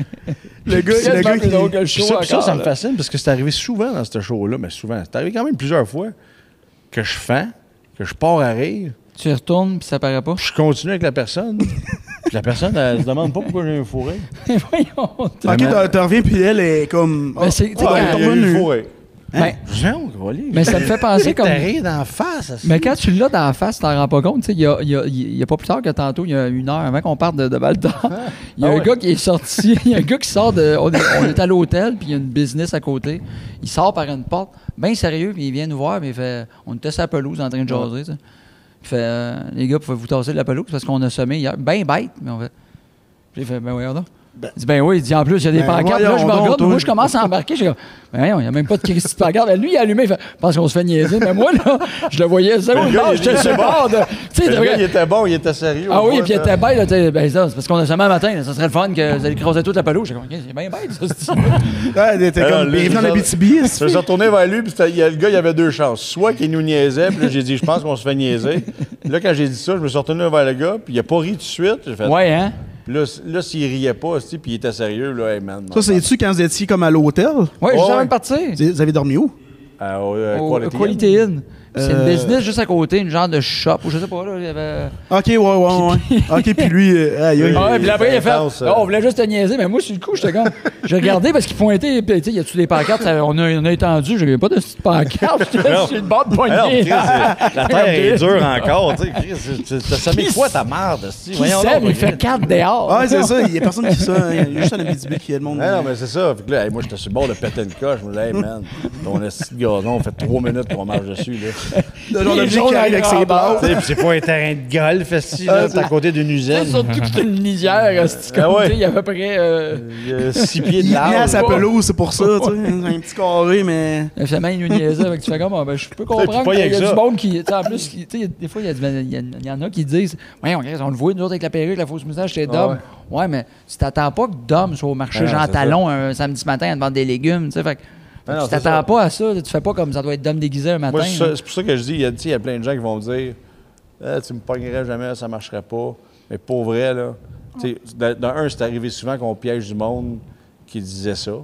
Le gars, C'est le gars plus qui... drôle que le Puis show ça, puis ça, encore, ça me là. fascine parce que c'est arrivé souvent dans ce show-là, mais souvent. C'est arrivé quand même plusieurs fois que je fends, que je pars à rire, Tu y retournes, puis ça paraît pas. puis je continue avec la personne. Puis la personne, elle se demande pas pourquoi j'ai un fourré. Voyons. Ok, t'en t'en reviens, puis elle est comme... Mais c'est- tu sais, Ah, quand- elle il y a tombe eu le nue. fourré. Ben, Jean, volé. mais ça me fait penser comme. T'as rire d'en face. Mais quand tu l'as dans la face, tu t'en rends pas compte. Tu sais, Il y a, il y, a, il y a pas plus tard que tantôt, il y a une heure avant qu'on parte de, de Val-d'Or, il y a Ah un ouais. gars qui est sorti. Il y a un gars qui sort de. On est, on est à l'hôtel, puis il y a une business à côté. Il sort par une porte, bien sérieux, puis il vient nous voir, puis il fait. On était sur la pelouse en train de jaser. tu sais. Il fait euh, les gars, pouvez-vous tasser de la pelouse parce qu'on a semé hier. Ben bête, mais on fait. Puis il fait ben voyons donc. Il dit ben oui, il dit en plus, il y a des Ben pancartes. Là, je me voyons donc, regarde, toi. moi, je commence à embarquer. Je dis, ben voyons, il n'y a même pas de Christy de pancarte. Ben, lui, il a allumé, il fait, je pense qu'on se fait niaiser. Mais moi, là, je le voyais, c'est Mais le bon, gars, non, il- j'étais il sur le était bord de. Tu sais, Le de- gars, il était bon, il était sérieux. ah on oui, voit, puis il là. était bête, là, tu sais, ben ça, c'est parce qu'on a semé un matin, là, ça serait le fun que vous allez creuser toute la pelouse. J'ai dit, OK, c'est bien bête, ça, c'est Ouais, t'es Alors, comme... là, Bienvenue dans je- la B T B. Je me suis retourné vers lui, puis c'était- il y a- le gars, il avait deux chances. Soit qu'il nous niaisait, puis là, j'ai dit, je pense qu'on se fait niaiser. Là, quand j'ai dit ça, je me suis retourné vers le gars, puis il a pas ri tout de suite. J'ai fait, Ouais, hein? Puis là, c- là s'il riait pas, tu sais, puis il était sérieux, là, hey man. Ça, c'est-tu quand vous étiez comme à l'hôtel? Ouais, Ouais, juste avant ouais. de partir. Vous avez dormi où? Ah, au, euh, Au Quality Quality Inn. Inn. C'est une Euh, business juste à côté, une genre de shop, ou je sais pas, là, il y avait. OK, ouais, ouais, ouais. OK, puis lui... euh, aïe, aïe. Ah ouais, puis après, il a fait. intense, Oh, euh. on voulait juste te niaiser, mais moi, sur le coup, j'étais comme. J'ai regardé parce qu'il pointait, puis tu sais, il y a-tu des pancartes, ça- on, a, on a étendu, j'avais pas de petite pancarte, j'étais Non. sur une barre de Ah non, poignée. Chris, c'est- la terre est dure encore, tu sais. Chris, c'est- c'est- T'as semé quoi ta merde, esti? Qui Voyons sait, donc, mais il fait quatre dehors. Ah, c'est ça, il y a personne qui sait ça. Il y a juste un Abitibi qui a le monde. Ah non, mais c'est ça. Fait que là, hey, moi, j'étais sur le bord de péter une coche. Je me disais, hey, man, ton esti de gazon, on fait trois minutes qu'on marche dessus, là. Le genre de Les musique jaunes qui arrive avec ses à grandeur. blagues. Tu sais, puis c'est pas un terrain de golf, esti, là. C'est à côté d'une C'est usine. surtout que c'est une lisière, c'est Ah comme, ouais. tu sais, il y a à peu près. Euh, Il y a six pieds Il de est à large. sa pelouse, c'est pour ça, tu sais. Un petit carré, mais... Finalement, il nous niaisait, fait que tu fais comme, ah, ben, je peux puis comprendre pas qu'il y rien a que du ça. monde qui. Tu sais, en plus, qui- tu sais, des fois, il y, a du- il y a- il y en a qui disent, ouais, on, on le voit, nous autres, avec la perruque, la fausse moustache, c'est Dom. Ah Ouais, mais tu t'attends pas que Dom soit au marché Ah non, Jean c'est Talon un samedi matin à te vendre des légumes, tu sais. Fait que Ah non, tu c'est t'attends ça. pas à ça, tu fais pas comme ça doit être Dom déguisé un matin. Moi, c'est ça- là. c'est pour ça que je dis, il y, a, tu sais, il y a plein de gens qui vont me dire, ah, tu me pognerais jamais, ça marcherait pas. Mais pour vrai, là, tu sais, dans, dans un, c'est arrivé souvent qu'on piège du monde qui disait ça.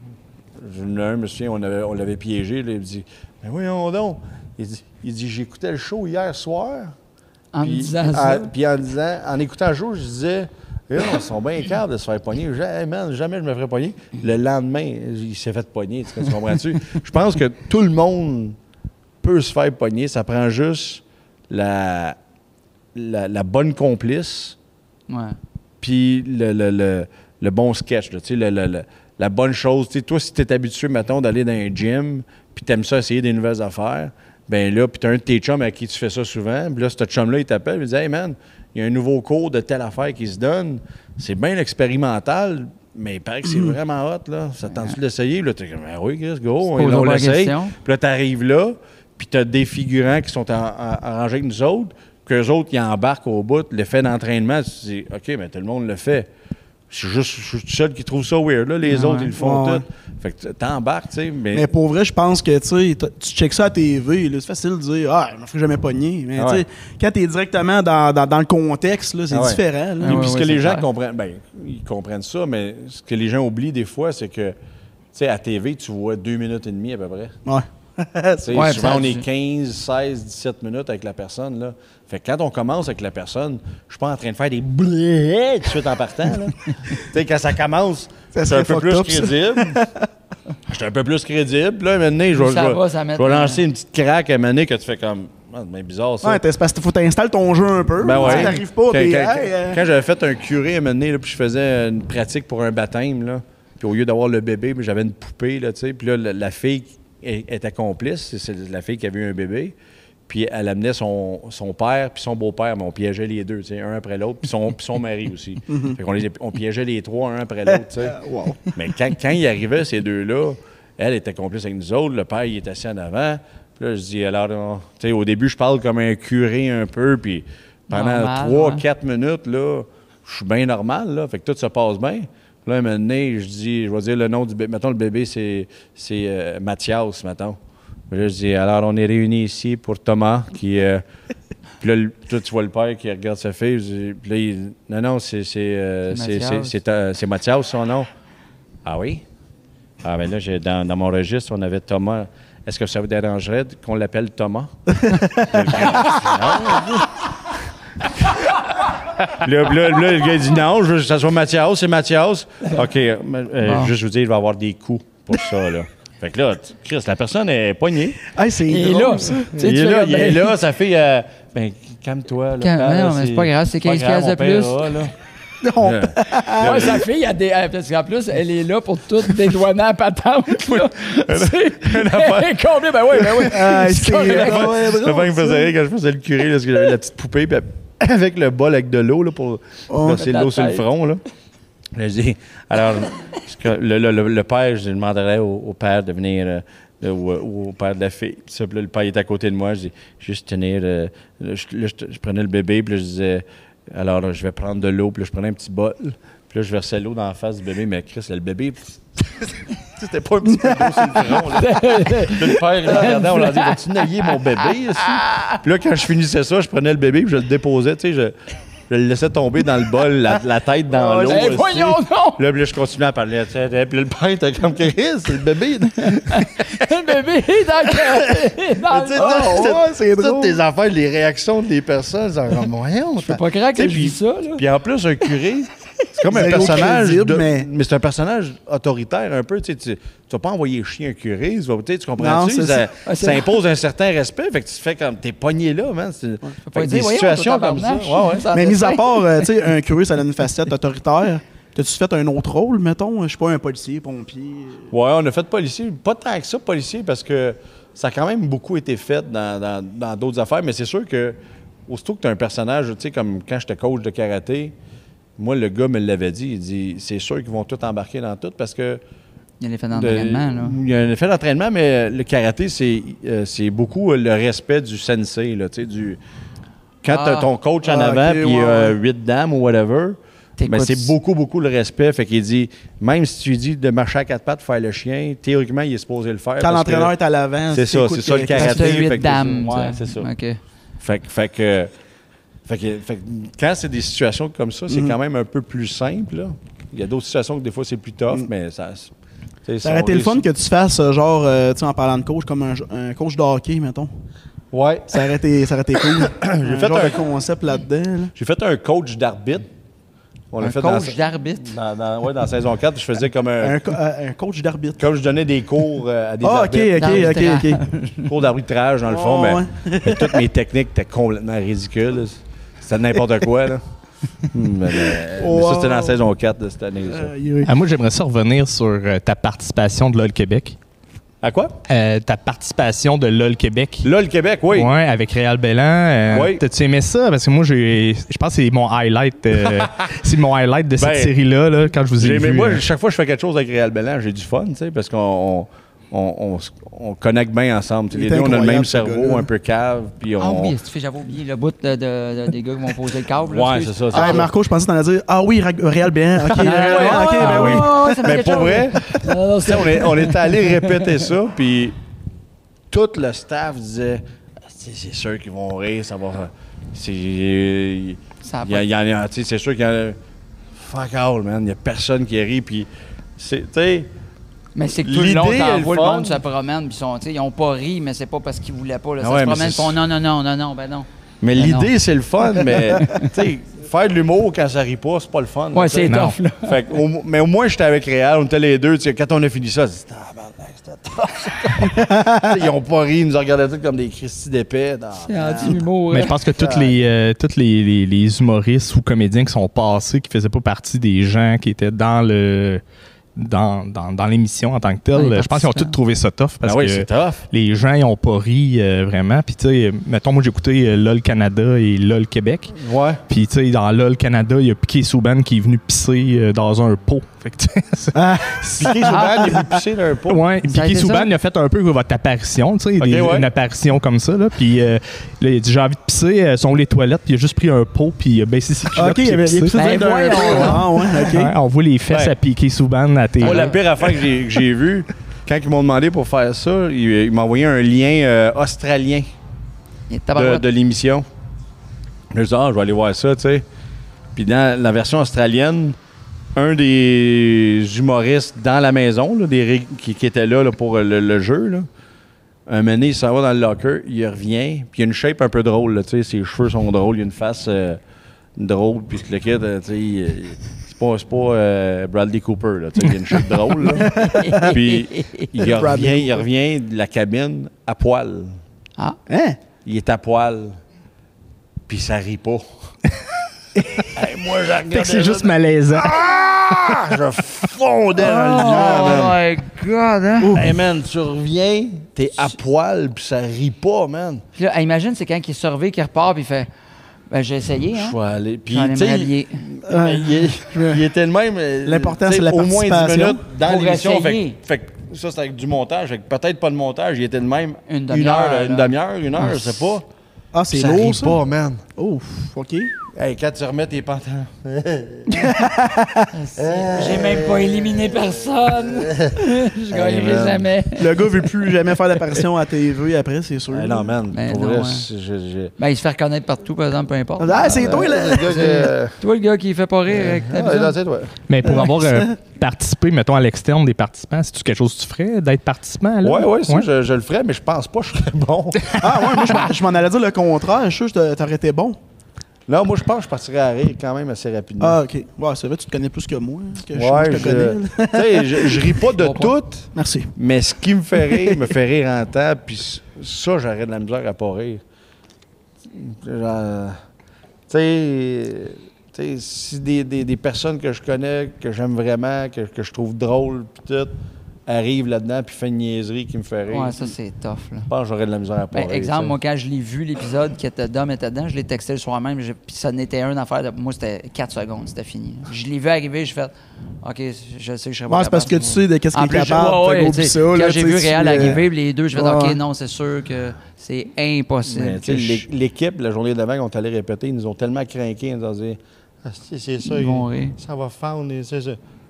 Je un, me souviens, on, avait, on l'avait piégé, là, il me dit, mais voyons donc. Il dit, il dit j'écoutais le show hier soir. En me Puis, disant en- ça. Puis en disant, en écoutant le show, je disais, eh non, ils sont bien capables de se faire pogner. Je disais, hey man, jamais je me ferais pogner. Le lendemain, il s'est fait pogner. Tu tu comprends-tu? Je pense que tout le monde peut se faire pogner. Ça prend juste la, la, la bonne complice, Ouais. puis le, le, le, le bon sketch. Là, tu sais, le, le, le- la bonne chose. Tu sais, toi, si tu es habitué, mettons, d'aller dans un gym, puis tu aimes ça essayer des nouvelles affaires, ben là, puis tu as un de tes chums à qui tu fais ça souvent, puis là, ce chum-là, il t'appelle, il dit, hey man, il y a un nouveau cours de telle affaire qui se donne. C'est bien expérimental, mais il paraît que c'est vraiment hot, là. Ça tente-tu de l'essayer? Là, t'es comme, ah oui, Chris, go, poses on pas la l'essaye. question. Puis là, t'arrives là, puis t'as des figurants qui sont en- en- arrangés avec nous autres, qu'eux autres, ils embarquent au bout, l'effet d'entraînement, tu te dis, OK, mais tout le monde le fait. Je suis juste je suis le seul qui trouve ça weird, là. Les Ah autres, ouais. ils le font Ouais. tout. Fait que t'embarques, tu sais, mais... Mais pour vrai, je pense que tu sais, t- tu checkes ça à T V, là, c'est facile de dire ah, je me ferai jamais pogner. Mais Ah tu sais, ouais. quand tu es directement dans, dans, dans le contexte, là, c'est Ah ouais. différent. là. Et Ah ouais, puis ce ouais, que c'est les gens clair. comprennent, ben, ils comprennent ça, mais ce que les gens oublient des fois, c'est que, tu sais, à T V, tu vois deux minutes et demie à peu près. Ouais. Tu sais, Ouais, souvent, ça, on est tu- quinze, seize, dix-sept minutes avec la personne. Là. Fait que quand on commence avec la personne, je suis pas en train de faire des blés tout de suite en partant. là. Tu sais, quand ça commence, Ça c'est un peu serait plus fucked up, ça. crédible. J'étais un peu plus crédible. Là, maintenant, je vais, Ça je vais- va, ça je met- vais lancer une petite craque à un moment donné que tu fais comme. Ah, c'est bien bizarre ça. Ouais, t'es- c'est parce qu'il faut t'installes ton jeu un peu. Ben Tu sais, ouais. T'arrives pas, Quand, puis quand- hey, euh, quand j'avais fait un curé à un moment donné, là, puis je faisais une pratique pour un baptême, là, puis au lieu d'avoir le bébé, mais j'avais une poupée, là, tu sais, puis là, la, la fille est- était complice, c'est- c'est la fille qui avait eu un bébé, puis elle amenait son, son père puis son beau-père, mais on piégeait les deux, tu sais, un après l'autre, puis son, puis son mari aussi. Fait qu'on les, on piégeait les trois, un après l'autre, tu sais. wow. Mais quand, quand il arrivait, ces deux-là, elle était complice avec nous autres, le père, il était assis en avant. Puis là, je dis, alors, on- tu sais, au début, je parle comme un curé un peu, puis pendant Normal, trois, ouais. quatre minutes, là, je suis bien normal, là, fait que tout se passe bien. Puis là, un moment donné, je dis, je vais dire le nom du bébé. Mettons, le bébé, c'est, c'est euh, Mathias, mettons. Puis là, je dis, alors, on est réunis ici pour Thomas, qui... Euh, puis là, le- toi, tu vois le père qui regarde sa fille. Je dis, puis là, il, non, non, c'est c'est euh, C'est c'est c'est- Mathias. c'est, euh, c'est Mathias, son nom. Ah oui? Ah, mais là, j'ai, dans, dans mon registre, on avait Thomas. Est-ce que ça vous dérangerait qu'on l'appelle Thomas? Puis là, puis là, là, le gars dit non, je veux que ça soit Mathias, c'est Mathias. OK, euh, euh, Bon. juste vous dire, il va y avoir des coups pour ça, là. Fait que là, tu- Chris, la personne est poignée. Hey, c'est Il est drôle, là. ça. Tu sais, Il tu est fais là, comme, il est ben, là, ça fait... euh, ben, calme-toi. Là, Calme- père, non, là, mais c'est pas grave, c'est pas quinze grave, piastres de on plus. paiera, là. Non. Là, Ouais, sa fille, a des, euh, parce qu'en plus, elle est là pour tout dédouaner à patente. là. C'est- Elle est combien? Ben oui, ben oui. Ah, c'est correct. ouais, Le drôle, père me faisait ça. rire quand je faisais le curé, là, parce que j'avais la petite poupée, puis avec le bol avec de l'eau là, pour Oh. passer de La l'eau sur le tête. front. Là. Là, je dis, alors, ce que le, le- le- le père, je demanderais au, au père de venir, euh, euh, ou, ou au père de la fille. Puis ça, puis là, le père il est à côté de moi, je dis, juste tenir. euh, là, je, là, je- je prenais le bébé, puis là, je disais, alors, là, je vais prendre de l'eau, puis là, je prenais un petit bol. Puis là, je versais l'eau dans la face du bébé, mais Chris, là, le bébé. C'était pas un petit peu d'eau sur le front. Là. Puis le père, il regardait, on leur dit, vas-tu nailler mon bébé ici? Puis là, quand je finissais ça, je prenais le bébé, puis je le déposais, tu sais, je, je le laissais tomber dans le bol, la, la tête dans l'eau. Eh, aussi. voyons donc! Là, puis là, je continuais à parler. tu sais, Puis là, le père était comme Chris, c'est le bébé. Le bébé est dans le... dans Tu sais, le- Ah, toutes- ouais, c'est toutes drôle. tes affaires, les réactions des personnes, c'est comme, voyons. Je peux pas croire que Tu sais, je puis- dis ça, là. Puis en plus, un curé, c'est comme un Zéro personnage. crédible, de- mais- mais c'est un personnage autoritaire un peu. Tu sais, tu tu vas pas envoyer chier un curé. Tu, vas- tu sais, tu comprends-tu? Non, c'est Ça, ça. Ouais, c'est ça vrai. impose un certain respect. Fait que tu te fais comme. T'es pogné là, man. C'est, Faut fait pas que dire, des voyons, situations toi, comme ça. tabarnak. Ouais, ouais. Ça Mais fait mis à ça. part, euh, tu sais, un curé, ça a une facette autoritaire. T'as-tu fait un autre rôle, mettons? Je sais pas, un policier, pompier. Ouais, on a fait policier. Pas tant que ça, policier, parce que ça a quand même beaucoup été fait dans, dans, dans d'autres affaires. Mais c'est sûr que, aussitôt que tu as un personnage, tu sais, comme quand j'étais coach de karaté, moi, le gars me l'avait dit. Il dit, c'est sûr qu'ils vont tout embarquer dans tout parce que. Il y a l'effet de- d'entraînement, là. Il y a un effet d'entraînement, mais le karaté, c'est, euh, c'est beaucoup le respect du sensei, là, tu sais, du. Quand tu as Ah. ton coach en Ah, avant, ok, puis ouais, euh, ouais. huit dames ou whatever. T'écoutes- Mais c'est beaucoup, beaucoup le respect. Fait qu'il dit, même si tu lui dis de marcher à quatre pattes, faire le chien, théoriquement, il est supposé le faire. Quand parce que- l'entraîneur est à l'avant, C'est tu ça, écoutes c'est ça, le que- karaté. Parce que t'as fait huit que dames. ouais, tu sais. c'est ça. OK. Fait, que- fait que. Fait que, fait que quand c'est des situations comme ça, c'est Mhm. quand même un peu plus simple. Là. Il y a d'autres situations que des fois c'est plus tough, Mhm. mais ça. tu sais, Ça aurait on été le fun réussit. que tu fasses, euh, genre, euh, tu sais, en parlant de coach, comme un, un coach de hockey, mettons. Ouais. Ça aurait été, ça aurait été cool. J'ai fait genre un- de concept là-dedans. là. J'ai fait un coach d'arbitre. On l'a Un fait coach dans, d'arbitre. dans, dans, ouais, dans saison quatre. Je faisais comme un. Un, co- euh, un coach d'arbitre. Comme je donnais des cours euh, à des Ah, ok, arbitres. ok, ok, D'arbitrage. ok. Cours d'arbitrage, dans le fond. Oh, mais, ouais. mais toutes mes techniques étaient complètement ridicules. C'était n'importe quoi. Là. mais, euh, mais ça, c'était dans la saison quatre de cette année. ça. Euh, il- Ah, moi, j'aimerais ça revenir sur euh, ta participation de LOL Québec. À quoi? Euh, ta participation de LOL Québec. Là, le Québec, oui. Ouais, avec Réal Bellan. Euh, Oui. T'as-tu aimé ça? Parce que moi, j'ai, je pense que c'est mon highlight. euh, c'est mon highlight de cette Ben, série-là, là, quand je vous ai J'ai- vu. mais moi, euh. chaque fois que je fais quelque chose avec Réal Bellan, j'ai du fun, tu sais, parce qu'on on, on, on s- on connecte bien ensemble. Tu sais, Il Les est deux, on a le même incroyable, ce cerveau, gars-là. un peu cave, puis on... Ah oui, est-ce que j'avais oublié le bout de, de- de- des gars qui vont poser le câble. là, Ouais, excuse. c'est ça. c'est Ah, ça. Marco, je pensais que t'en allais dire Ah oui, Ra- Réal Béan. Ok, Ah, euh, ouais, ok, ouais, ben ouais, oui. ouais, ça me Mais fait pour quelque vrai, chose. Non, non, tu sais, on est, on est allé répéter ça, puis tout le staff disait c'est c'est sûr qu'ils vont rire, ça va. C'est. Il Ça a y a- pas- il y en a, tu sais, c'est sûr qu'il y en a. Fuck all, man. Il n'y a personne qui rit, puis. c'est- Tu sais. Mais c'est que tout le long, L'idée est t'en le vois le fun. monde se promène, puis ils sont, tu sais, ils ont pas ri, mais c'est pas parce qu'ils voulaient pas. Là, Ah ça ouais, se mais promène, ils c'est- font non, non, non, non, non, ben non. Mais Ben l'idée, c'est le fun, mais. Tu sais, faire de l'humour quand ça rit pas, c'est pas le fun. Ouais, tu sais. c'est Non. tough, là. Fait que au mo- mais au moins, j'étais avec Réal, on était les deux. tu sais, Quand on a fini ça, c'était tabarnak, c'était tough. Ils ont pas ri, ils nous regardaient tous comme des Christy d'épais. dans- C'est anti-humour. Mais hein. je pense que tous les, euh, tous les, les- les humoristes ou comédiens qui sont passés, qui faisaient pas partie des gens qui étaient dans le dans, dans, dans l'émission en tant que telle, Ouais, les je pense qu'ils ont tous participants. trouvé ça tough parce Ah oui, que c'est tough. les gens ils ont pas ri euh, vraiment. Puis tu sais, mettons moi j'ai écouté euh, LOL Canada et LOL Québec. Ouais. Puis tu sais dans LOL Canada, il y a Piqué Souban qui est venu pisser euh, dans un pot. Fait que, tu sais, c'est- Ah, Piqué Souban, il est venu pisser dans un pot. Ouais, Ça a Piqué été Souban ça? il a fait un peu votre apparition, tu sais, Ok, des- ouais. une apparition comme ça là. Puis euh, là, il a dit j'ai envie de pisser, euh, sont où les toilettes, puis il a juste pris un pot puis il a baissé ses culottes. ok, puis il y avait a il y a pissé. plus Ben d'un- voyons. Ah, ouais, ok. Ouais, on voit les fesses Ouais. à Piqué Souban à télé. Moi, la pire affaire que j'ai, que j'ai vue, quand ils m'ont demandé pour faire ça, ils, ils m'ont envoyé un lien euh, australien de, de l'émission. Je me suis dit, ah, je vais aller voir ça, tu sais. Puis dans la version australienne, un des humoristes dans la maison, là, des, qui, qui était là, là pour le, le jeu, là, un moment donné, il s'en va dans le locker, il revient, puis il a une shape un peu drôle, là, tu sais, ses cheveux sont drôles, il a une face euh, drôle, puis le kid, tu sais, il, c'est pas, c'est pas euh, Bradley Cooper, là, tu sais, il a une shape drôle, là. Puis il revient, il revient de la cabine à poil. Ah. Hein? Il est à poil, puis ça rit pas. Hey, moi, je regardais. Fait que c'est juste malaisant. Ah! Je fondais dans le Oh gars, man. my God, hein? Hey, man, tu reviens, t'es à poil, puis ça rit pas, man. Puis là, imagine, c'est quand il est surveillé, qu'il repart, puis il fait ben, j'ai essayé, hein? Je vais aller. Puis, Je vais aller tu me sais, rhabiller. Euh, il, il était le même. euh, L'important, tu sais, c'est la au moins dix participation. minutes dans Pour l'émission. Fait, essayer. que- fait que ça, c'est avec du montage. Fait que peut-être pas de montage. Il était le même. Une heure, demi-heure, là, une là. demi-heure, une heure, je sais pas. Ah, c'est ça lourd, rit ça? pas, man. Ouf, OK. Hey, quand tu remets tes pantalons. J'ai même pas éliminé personne. Je gagnerai man. jamais. Le gars veut plus jamais faire d'apparition à T V après, c'est sûr. Hey, non, man. Ben pour non, vrai, hein. c'est- je- je- Ben, il se fait reconnaître partout, par exemple, peu importe. Ah, c'est toi, là! Le gars que- Toi, le gars qui fait pas rire avec ta Ah, bisoune. non, c'est toi. Mais pour avoir euh, participé, mettons, à l'externe des participants, c'est-tu quelque chose que tu ferais, d'être participant? Là? Ouais, ouais, ça, Je, je le ferais, mais je pense pas que je serais bon. Ah, ouais, moi, je m'en- je m'en allais dire le contraire. Je suis sûr que t'aurais été bon. Non, moi, je pense que je partirais à rire quand même assez rapidement. Ah, OK. Ouais, c'est vrai, tu te connais plus que moi. Que je, ouais, je te je, connais. là. tu sais, je, je ris pas de Bon point. tout, Merci. mais ce qui me fait rire me fait rire en temps, puis ça, j'aurais de la misère à pas rire. Genre, tu sais, tu sais, si des, des, des personnes que je connais, que j'aime vraiment, que, que je trouve drôles, puis tout, arrivent là-dedans, puis font une niaiserie qui me fait rire, Ouais, ça, c'est tough, là. je pense que j'aurais de la misère à pas Ben, rire. exemple, tu sais. moi, quand je l'ai vu, l'épisode qui était Dom était dedans, je l'ai texté le soir même, j'ai- puis ça n'était une affaire de. Moi, c'était quatre secondes, c'était fini. Je l'ai vu arriver, j'ai fait OK, je sais que je serais pas Ouais, c'est parce que capable. tu sais de qu'est-ce En qu'il est plus, capable. ouais, fait ouais, qu'au tu sais, bout ça, quand là, j'ai tu vu sais, Réal tu, euh, arriver, les deux, je fais ouais. OK, non, c'est sûr que c'est impossible. Mais, tu sais, que je- l'é- l'équipe, la journée d'avant, qu'on allait répéter, ils nous ont tellement craqués, ils nous ont dit ah, c'est c'est ça, Ils vont rire. ça va fendre, et c'est ça.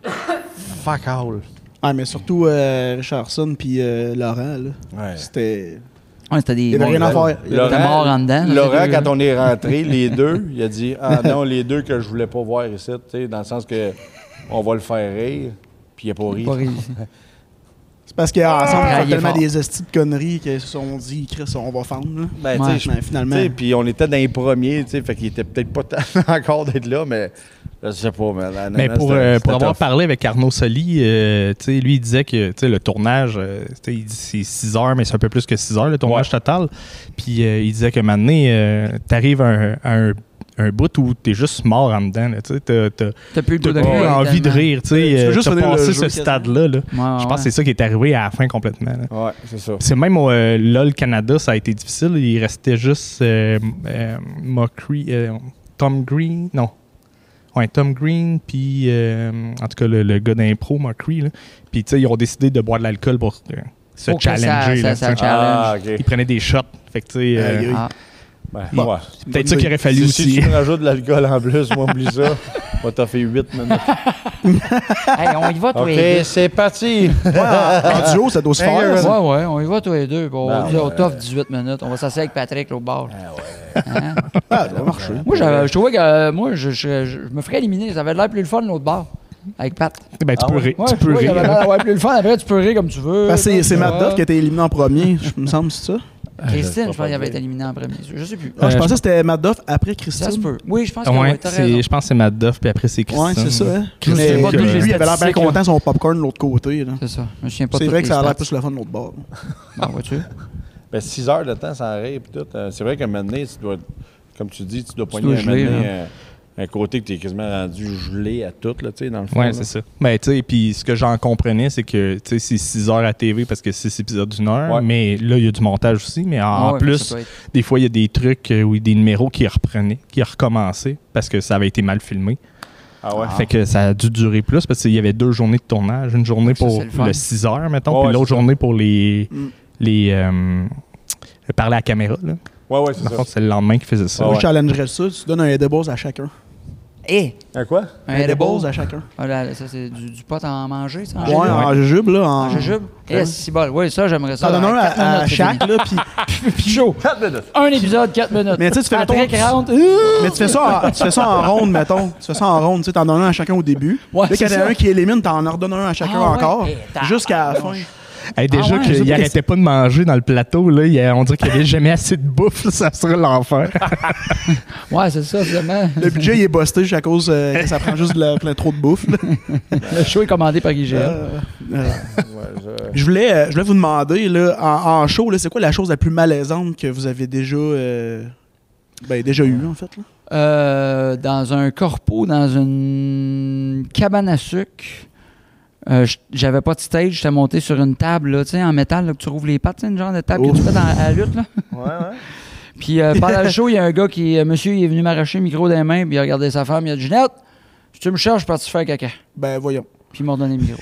Fuck all. Ah, mais surtout euh, Richardson puis euh, Laurent, là. Ouais. C'était. Ouais, c'était des. Il y avait rien à faire. Il y avait- T'es mort en dedans, là, Laurent, ces deux-là. quand on est rentrés, les deux, il a dit ah non, les deux que je voulais pas voir ici, tu sais, dans le sens que on va le faire rire, puis il a pas ri. Pas réussi. C'est parce qu'ensemble, ils Ah, font il est tellement fort. des estis de conneries qu'ils se sont dit, Chris, on va fendre, là. Ben, tu Ouais. sais, je- Mais finalement. tu sais, puis on était dans les premiers, tu sais, fait qu'il était peut-être pas temps encore d'être là, mais je sais pas, mais, la- Mais la- pour, c'était- euh, c'était pour avoir tough. parlé avec Arnaud Soli, euh, tu sais, lui, il disait que tu sais, le tournage, euh, tu sais, il dit c'est six heures, mais c'est un peu plus que six heures, le tournage Ouais. total. Puis euh, il disait que maintenant, euh, tu arrives à un, à un, un bout où tu es juste mort en dedans. là, Tu sais, t'as t'as- T'as plus le t'as goût de plus rire. envie de tellement. rire. Tu Tu veux sais, juste t'as finir le passé jeu, ce quasiment. stade-là. là. Ouais, Je ouais. pense que c'est ça qui est arrivé à la fin complètement. là. Ouais, c'est ça. C'est même au euh, LOL Canada, ça a été difficile. Il restait juste euh, euh, Mockery, euh, Tom Green, non. Ouais, Tom Green, puis euh, en tout cas le, le gars d'impro, Mockery. là. Puis tu sais, ils ont décidé de boire de l'alcool pour euh, se Faut que ça- challenger. ça- là, ça tu sais. challenge. Ah, OK. Ils prenaient des shots. Fait que tu sais, euh, Aïe, aïe. Ah. Ben, Bon. ouais. peut-être ça qu'il aurait fallu Si, si aussi. tu me rajoutes de l'alcool en plus, moi, oublie ça. Moi, t'as fait huit minutes. Hey, on y va, toi OK, les deux. c'est parti. En duo, ça doit se faire. Ouais, ça. Ouais, ouais, on y va tous les deux. Bon, Ben on dit, on ouais. t'offre dix-huit minutes. On va s'asseoir avec Patrick l'autre bord. Hein? Ah, ça va marcher. Moi, j'avais- je trouvais que euh, moi, je, je- je me ferais éliminer. Ça avait l'air plus le fun l'autre bord. Avec Pat. Ben, tu Ah peux ouais? rire. Ouais, tu je peux trouvais qu'il avait rire. l'air d'avoir plus le fun. Après, tu peux rire comme tu veux. Ben, c'est c'est Ouais. Matt Duff qui a été éliminé en premier, je me semble, c'est ça? Christine, je je pense qu'il avait dire. été éliminé en premier. Je sais plus. Ah, je Euh, pensais que c'était Matt Duff après Ça se Christine. peut. Oui, je pense que Ouais, ouais, t'as c'est- raison. je pense que c'est Matt Duff, puis après c'est Christine. Ouais, c'est ça, hein? Christine, Mais pas que- toutes les lui, il avait l'air bien statistiques, content son popcorn de l'autre côté. là. C'est ça. Je me souviens pas C'est de vrai toutes que ça a les l'air stats. plus le fun de l'autre bord. Bon, vois-tu? Ben, six heures de temps sans rire, puis tout. euh, c'est vrai qu'à un moment donné, tu dois, comme tu dis, tu dois dois poigner un, moment geler, donné, là. euh, un côté que tu es quasiment rendu gelé à tout, là, tu sais, dans le fond. Ouais, là. c'est ça. Ben, tu sais, puis ce que j'en comprenais, c'est que, tu sais, c'est six heures à T V parce que c'est six épisodes d'une heure, Ouais. mais là, il y a du montage aussi. Mais en, Ah ouais, mais plus, ça peut être- des fois, il y a des trucs euh, ou des numéros qui reprenaient, qui recommençaient parce que ça avait été mal filmé. Ah ouais? Fait que ça a dû durer plus parce qu'il y avait deux journées de tournage. Une journée Ça, pour c'est le fun. le six heures, mettons, Ouais, puis ouais, l'autre c'est ça. journée pour les. Mm. les euh, parler à la caméra. Là. Ouais, ouais, c'est Dans le ça. fond, c'est le lendemain qu'ils faisaient ça. Ah Moi, ouais. je challengerais ça. Tu donnes un edibles à chacun. Eh! Un quoi? Un Des edible. balls à chacun. Ah, là, ça, c'est du, du pot à en manger, ça? En Ouais, général? en jujube, là. En, En jujube? Eh, c'est bon. Oui, ça, j'aimerais ça. T'en donnes un Quatre à, à minutes, c'est chaque, fini. là, puis... Puis chaud. quatre minutes. Un épisode, quatre minutes. Mais tu sais, tu fais Après mettons, quarante. Mais tu fais ça en, tu fais ça en ronde, mettons. Tu fais ça en ronde, tu sais, t'en donnes un à chacun au début. Ouais, Dès qu'il y c'est en a ça. un qui élimine, t'en en redonnes un à chacun Ah ouais? encore. Eh, t'as- Jusqu'à la fin. Hey, déjà Ah ouais, je sais qu'il pas arrêtait pas de manger dans le plateau, là, il y a- on dirait qu'il n'y avait jamais assez de bouffe, là, ça serait l'enfer. Ouais, c'est ça, finalement. Le budget, il est busté juste à cause euh, que ça prend juste de la- plein trop de bouffe. là. Le show est commandé par I G N. Euh, euh, Ouais, ça- je, voulais, euh, je voulais vous demander, là, en, en show, là, c'est quoi la chose la plus malaisante que vous avez déjà, euh, ben, déjà eu, en fait? Là? Euh, dans un corpo, dans une cabane à sucre. Euh, j- J'avais pas de stage, j'étais monté sur une table là, tu sais, en métal, là, que tu rouvres les pattes, tu sais, une genre de table Ouf. que tu fais dans, à la lutte. Là. Ouais, ouais. Puis euh, pendant le show, il y a un gars qui, euh, monsieur, il est venu m'arracher le micro des mains, puis il a regardé sa femme, il a dit Ginette, si tu me cherches, je suis parti faire caca. Ben, voyons. Puis il m'a redonné le micro.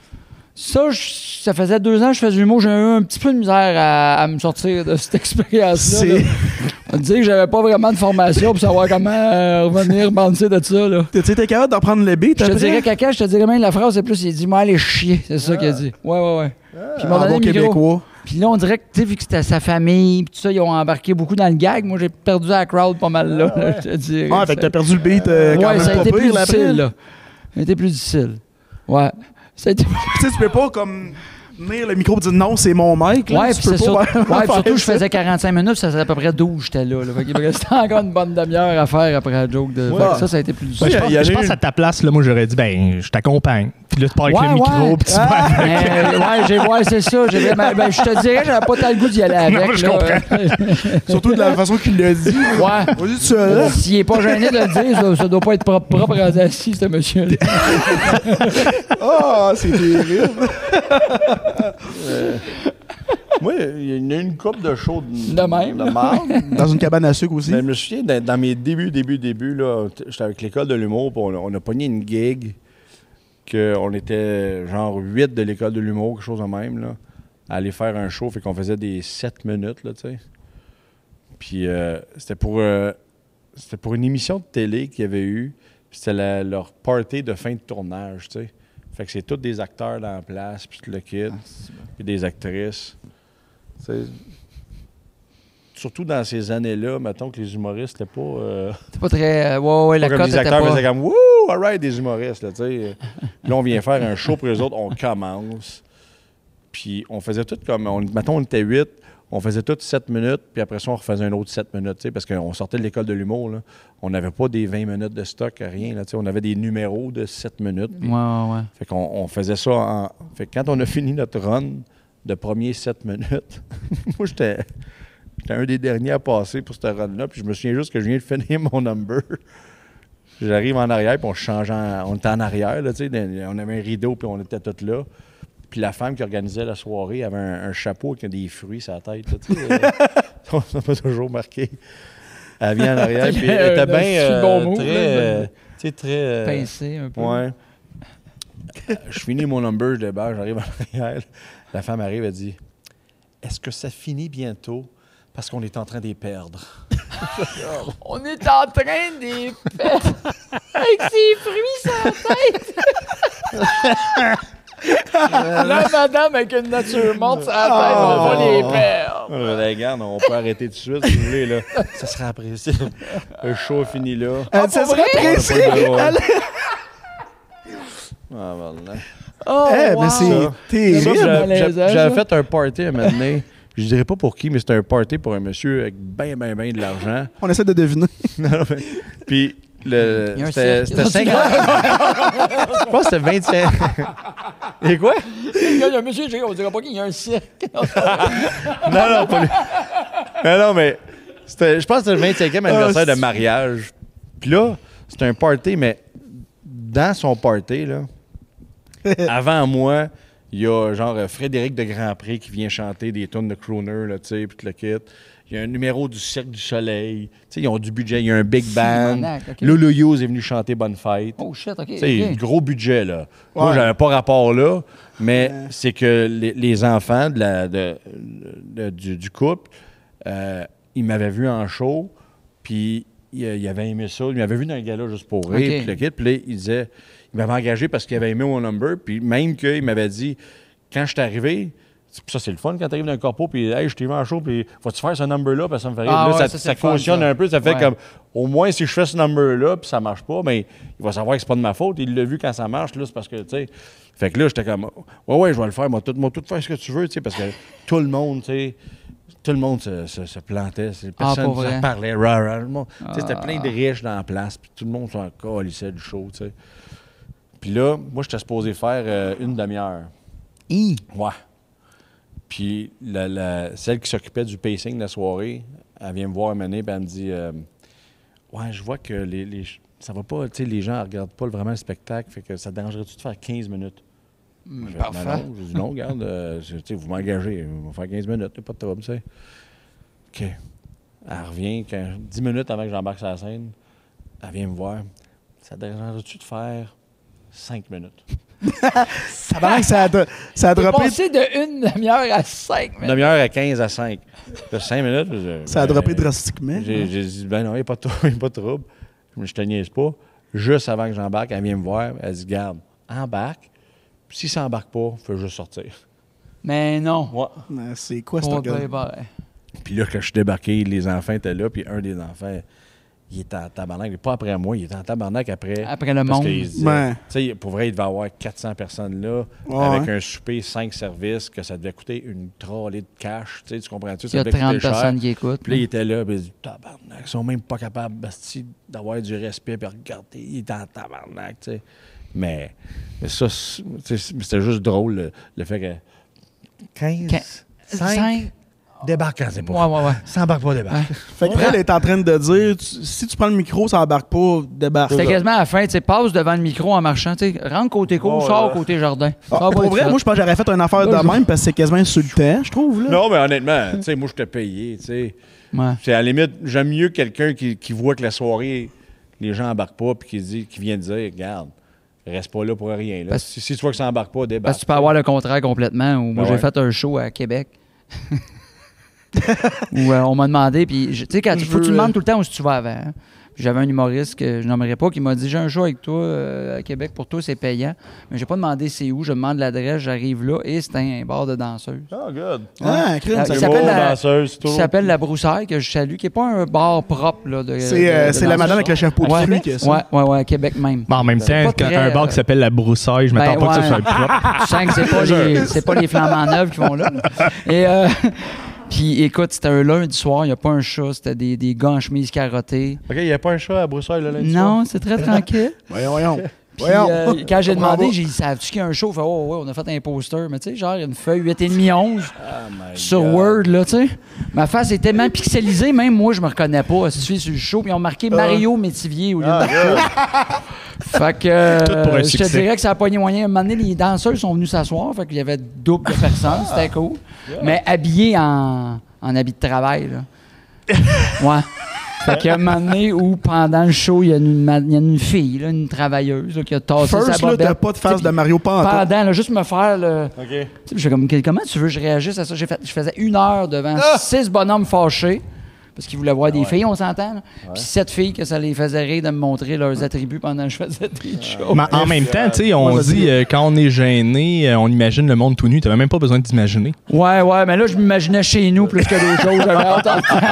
Ça, je- ça faisait deux ans que je faisais du mot, j'ai eu un petit peu de misère à, à me sortir de cette expérience-là. là. C'est... On disait que j'avais pas vraiment de formation pour savoir comment euh, revenir bander de ça. Là. Tu sais, t'es capable d'en prendre le beat, Je te après? dirais caca, je te dirais même la phrase, c'est plus, il dit, moi, allez chier. C'est ça qu'il a dit. Ouais, ouais, ouais. Puis il m'a En donné bon le micro. québécois. Puis là, on dirait que, tu sais, vu que c'était sa famille, puis tout ça, ils ont embarqué beaucoup dans le gag. Moi, j'ai perdu la crowd pas mal là, là, je te dirais. Ah, fait que t'as perdu le beat euh, quand Ouais, même ça a pas été plus pire, là, après. difficile, là. Ça a été plus difficile. Ouais. Ça a été... Tu sais, tu peux pas, comme, tenir le micro et dire non, c'est mon mic. Là. Ouais, Tu puis peux c'est pas sûr- vraiment ouais, puis faire surtout, je ça. faisais quarante-cinq minutes, ça faisait à peu près douze, j'étais là. là. Fait qu'il me restait encore une bonne demi-heure à faire après la joke. De... Ouais. Fait que ça, ça a été plus Ouais, difficile. je pense, il y a je eu pense une- à ta place, là, moi, j'aurais dit, ben, je t'accompagne. Puis là, tu pars avec Ouais, le micro, ouais. puis tu vas avec. Mais, ouais, j'ai, ouais, c'est ça. J'ai- ben, ben, je te dirais, j'avais pas tant le goût d'y aller avec. Non, je là. Surtout de la façon qu'il l'a dit. Ouais. Vas-y, tu seul, là. S'il est pas gêné de le dire, ça, ça doit pas être propre, propre à assis, ce monsieur-là. Ah, c'est terrible. Moi, il y a eu une couple de shows de, De même. de marde. Dans une cabane à sucre aussi. Mais je me souviens, dans, dans mes débuts, débuts, débuts, là, t- j'étais avec l'école de l'humour, puis on, a- on a pogné une gig, qu'on était genre huit de l'école de l'humour, quelque chose de même, là, à aller faire un show, fait qu'on faisait des sept minutes, là, tu sais. Puis euh, c'était pour euh, c'était pour une émission de télé qu'il y avait eu, puis c'était la- leur party de fin de tournage, tu sais. Fait que c'est tous des acteurs dans la place, puis tout le kid, puis des actrices. Tu sais, surtout dans ces années-là, mettons que les humoristes n'étaient pas. Euh, C'est pas très. euh, ouais, ouais, la pas comme cote les était acteurs pas. faisaient comme wouh, alright, des humoristes, là, tu sais. Là, on vient faire un show pour eux autres, on commence. Puis on faisait tout comme. On, mettons, on était huit, on faisait tout sept minutes, puis après ça, on refaisait un autre sept minutes, tu sais, parce qu'on sortait de l'école de l'humour, là. On n'avait pas des vingt minutes de stock, rien, là, tu sais. On avait des numéros de sept minutes. puis- Ouais, ouais, ouais. Fait qu'on on faisait ça en. Fait que quand on a fini notre run de premiers sept minutes, moi, j'étais. J'étais un des derniers à passer pour ce run-là, puis je me souviens juste que je viens de finir mon number. J'arrive en arrière, puis on change en- on était en arrière, là, tu sais, on avait un rideau, puis on était tous là. Puis la femme qui organisait la soirée avait un, un chapeau avec des fruits sur la tête, là, tu sais. euh, ça m'a toujours marqué. Elle vient en arrière, puis elle était Un bien super euh, bon mot, très, là. euh, tu sais, très... euh, Pincé un peu. Ouais. Euh, je finis mon number, je débarque, j'arrive en arrière. La femme arrive, elle dit « Est-ce que ça finit bientôt? Parce qu'on est en train d'y perdre. On est en train de perdre avec ses fruits sur la tête. Là, madame, avec une nature morte sur la tête, on va les perdre. » Je dis, regarde, on peut arrêter tout de suite si vous voulez. Là. Ça sera apprécié. Le show est fini là. Elle ça serait On a apprécié. pas le droit. Elle- Ah, voilà. Oh, Eh, wow. mais c'est Ça, terrible. j'avais- malaisant, j'avais j'avais ça. fait un party un moment donné. Je dirais pas pour qui, mais c'était un party pour un monsieur avec ben, ben, ben de l'argent. On essaie de deviner. Non, mais- Puis, le, Il y a un c'était cirque. c'était cinquante. Je pense que c'était vingt-cinq. Et quoi? Il y a un monsieur, on dirait pas qu'il y a un cirque. Non, non, pas lui. Non, non, mais c'était- je pense que c'était le vingt-cinquième anniversaire de mariage. Puis là, c'était un party, mais dans son party, là, avant moi, il y a genre Frédéric de Grandpré qui vient chanter des tunes de crooner, là, tu sais, puis tout le kit. Il y a un numéro du Cirque du Soleil. Tu sais, ils ont du budget. Il y a un big band. Simonac, ok. Lolo Hughes est venu chanter Bonne Fête. Oh shit, ok. Tu sais, ok. gros budget, là. Moi, Ouais. j'avais pas rapport là, mais c'est que les, les enfants de la, de, de- du, du couple, euh, ils m'avaient vu en show, puis il, il avait aimé ça. Il m'avait vu dans un gala juste pour rire. Okay. Puis le kid, puis là, il disait, il m'avait engagé parce qu'il avait aimé mon number. Puis même qu'il m'avait dit, quand je suis arrivé, ça, c'est le fun quand tu arrives dans un corpo, puis hey, je t'ai vu en show, puis vas-tu faire ce number-là, parce que ça me fait rire. Ah, là, ouais, ça, ça, ça c'est fun, cautionne ça. un peu, ça fait Ouais. comme, au moins, si je fais ce number-là, puis ça marche pas, mais il va savoir que c'est pas de ma faute. Il l'a vu quand ça marche, là, c'est parce que, tu sais. Fait que là, j'étais comme, ouais, ouais, je vais le faire, moi, tout, moi, tout faire ce que tu veux, tu sais, parce que tout le monde, tu sais, tout le monde se, se, se plantait, personne Ah, pour ne vrai? parlait, rah, rah, le monde- tu sais, c'était Ah. plein de riches dans la place, puis tout le monde s'en calissait du show, tu sais. Puis là, moi, j'étais supposé faire euh, une demi-heure. Hi. Ouais. Puis la, la- celle qui s'occupait du pacing de la soirée, elle vient me voir un moment donné, puis elle me dit euh, ouais, je vois que les, les ça va pas, tu sais, les gens ne regardent pas vraiment le spectacle, fait que ça te dérangerait-tu de faire quinze minutes? Mm, J'ai dit, parfait. Ben non, j'ai dit non, regarde, euh, tu sais, vous m'engagez, on va faire quinze minutes, pas de trouble, tu sais. OK. Elle revient quand- dix minutes avant que j'embarque sur la scène, elle vient me voir. Ça te dérangerait-tu de faire cinq minutes? Ça paraît que ça a, dro- ça a T'es droppé. passé de une demi-heure à cinq Une minutes. demi-heure à quinze à cinq. Là, cinq minutes. je- Ça a ben, droppé drastiquement. J'ai j'ai dit, ben non, il n'y a pas de trou- y a pas de trouble. Je te niaise pas. Juste avant que j'embarque, elle vient me voir. Elle dit, garde, embarque. Puis si ça embarque pas, il faut juste sortir. Mais non. Ouais. Ah, C'est quoi, Oh, ce gars? ben, ben. Puis là, quand je suis débarqué, les enfants étaient là. Puis un des enfants, il était en tabarnak. Pas après moi, il était en tabarnak après. Après le Parce monde. qu'il se disait, Ouais. tu sais, pour vrai, il devait y avoir quatre cents personnes là, Ouais, avec ouais. un souper, cinq services, que ça devait coûter une trolley de cash. Tu sais, tu comprends-tu? Il y Ça a devait trente coûter cher. personnes qui écoutent. Puis là, il était là, puis il dit, tabarnak, ils sont même pas capables, Basti, d'avoir du respect, puis regarder, il est en tabarnak, tu sais. Mais, mais ça, c'est- tu sais, c'était juste drôle, le, le fait que quinze, Quin- cinq, Cinq. débarque quand c'est Ouais, pas. ouais, ouais. Ça embarque pas, débarque. Fait que elle est en train de dire tu- si tu prends le micro, ça embarque pas, débarque. C'était quasiment à la fin, tu sais, passe devant le micro en marchant, tu sais, rentre côté cour, Oh, sors là. côté jardin. Ah, Ça va pour être vrai, fait. moi, je pense que j'aurais fait une affaire de Là, je- même parce que c'est quasiment insultant, je trouve. Là. Non, mais honnêtement, tu sais, moi, je t'ai payé, tu sais. Ouais. C'est à la limite, j'aime mieux quelqu'un qui, qui voit que la soirée, les gens embarquent pas, puis qui, dit, qui vient de dire, regarde, reste pas là pour rien. Là. Parce- si, si tu vois que ça embarque pas, débarque. Parce que tu peux avoir le contraire complètement. Où moi, Ben j'ai ouais. fait un show à Québec. où euh, on m'a demandé, puis je- tu sais, quand tu Je faut que tu veux, demandes euh, tout le temps où tu vas avant. hein. Puis j'avais un humoriste que je nommerai pas qui m'a dit j'ai un show avec toi euh, à Québec, pour toi c'est payant. Mais j'ai pas demandé c'est où, je demande l'adresse, j'arrive là et c'est un bar de danseuses. Oh, good. Ah, crime, Ah, ça il C'est s'appelle beau, la- danseuse, c'est Qui toujours- s'appelle La Broussaille, que je salue, qui est pas un bar propre là, de. C'est de- euh, de c'est la danseuses. madame avec le chapeau de Ouais, fruits qui a ça. ouais, ouais, ouais, à Québec même. Mais en même temps, Pas quand très, un bar euh, qui s'appelle La Broussaille, je m'attends Ben pas que ouais. ça soit propre. Tu sens que c'est pas les, c'est pas les flambants neufs qui vont là. là. Et euh, puis écoute, c'était un lundi soir, il n'y a pas un chat, c'était des, des gars en chemise carottée. OK, il n'y a pas un chat à Broussailles le lundi Non, c'est très tranquille. Voyons, voyons. Puis Voyons. euh, quand j'ai On m'en demandé, va. j'ai dit, savais-tu qu'il y a un show? Il fait, oh, ouais, on a fait un poster, mais tu sais, genre une feuille huit virgule cinq onze Oh my sur God. Word, là, tu sais. Ma face est tellement pixelisée, même moi, je me reconnais pas. Si tu es sur le show, puis ils ont marqué Mario Métivier au lieu de Ah, Marco. good. Fait que euh, Tout pour un je te succès. dirais que ça a pogné moyen. Un moment donné, les danseurs sont venus s'asseoir, fait qu'il y avait double de personnes, c'était cool. Mais habillés en, en habit de travail, là. Ouais. Fait qu'il y a un moment donné où, pendant le show, il y a une, ma- il y a une fille, là, une travailleuse, là, qui a tassé sa First, là, bobette. t'as pas de face T'sais, de Mario Panto. Pendant, là, juste me faire le... OK. Tu sais, je fais comme, comment tu veux que je réagisse à ça? J'ai fait, je faisais une heure devant six bonhommes fâchés, parce qu'ils voulaient voir des filles, on s'entend. là. Puis sept filles que ça les faisait rire de me montrer leurs attributs pendant que je faisais des shows. Mais en même temps, tu sais, on Ouais, vas-y. dit euh, quand on est gêné, euh, on imagine le monde tout nu. T'avais même pas besoin d'imaginer. Ouais, ouais, mais là, je m'imaginais chez nous plus que d'autres choses. J'avais hâte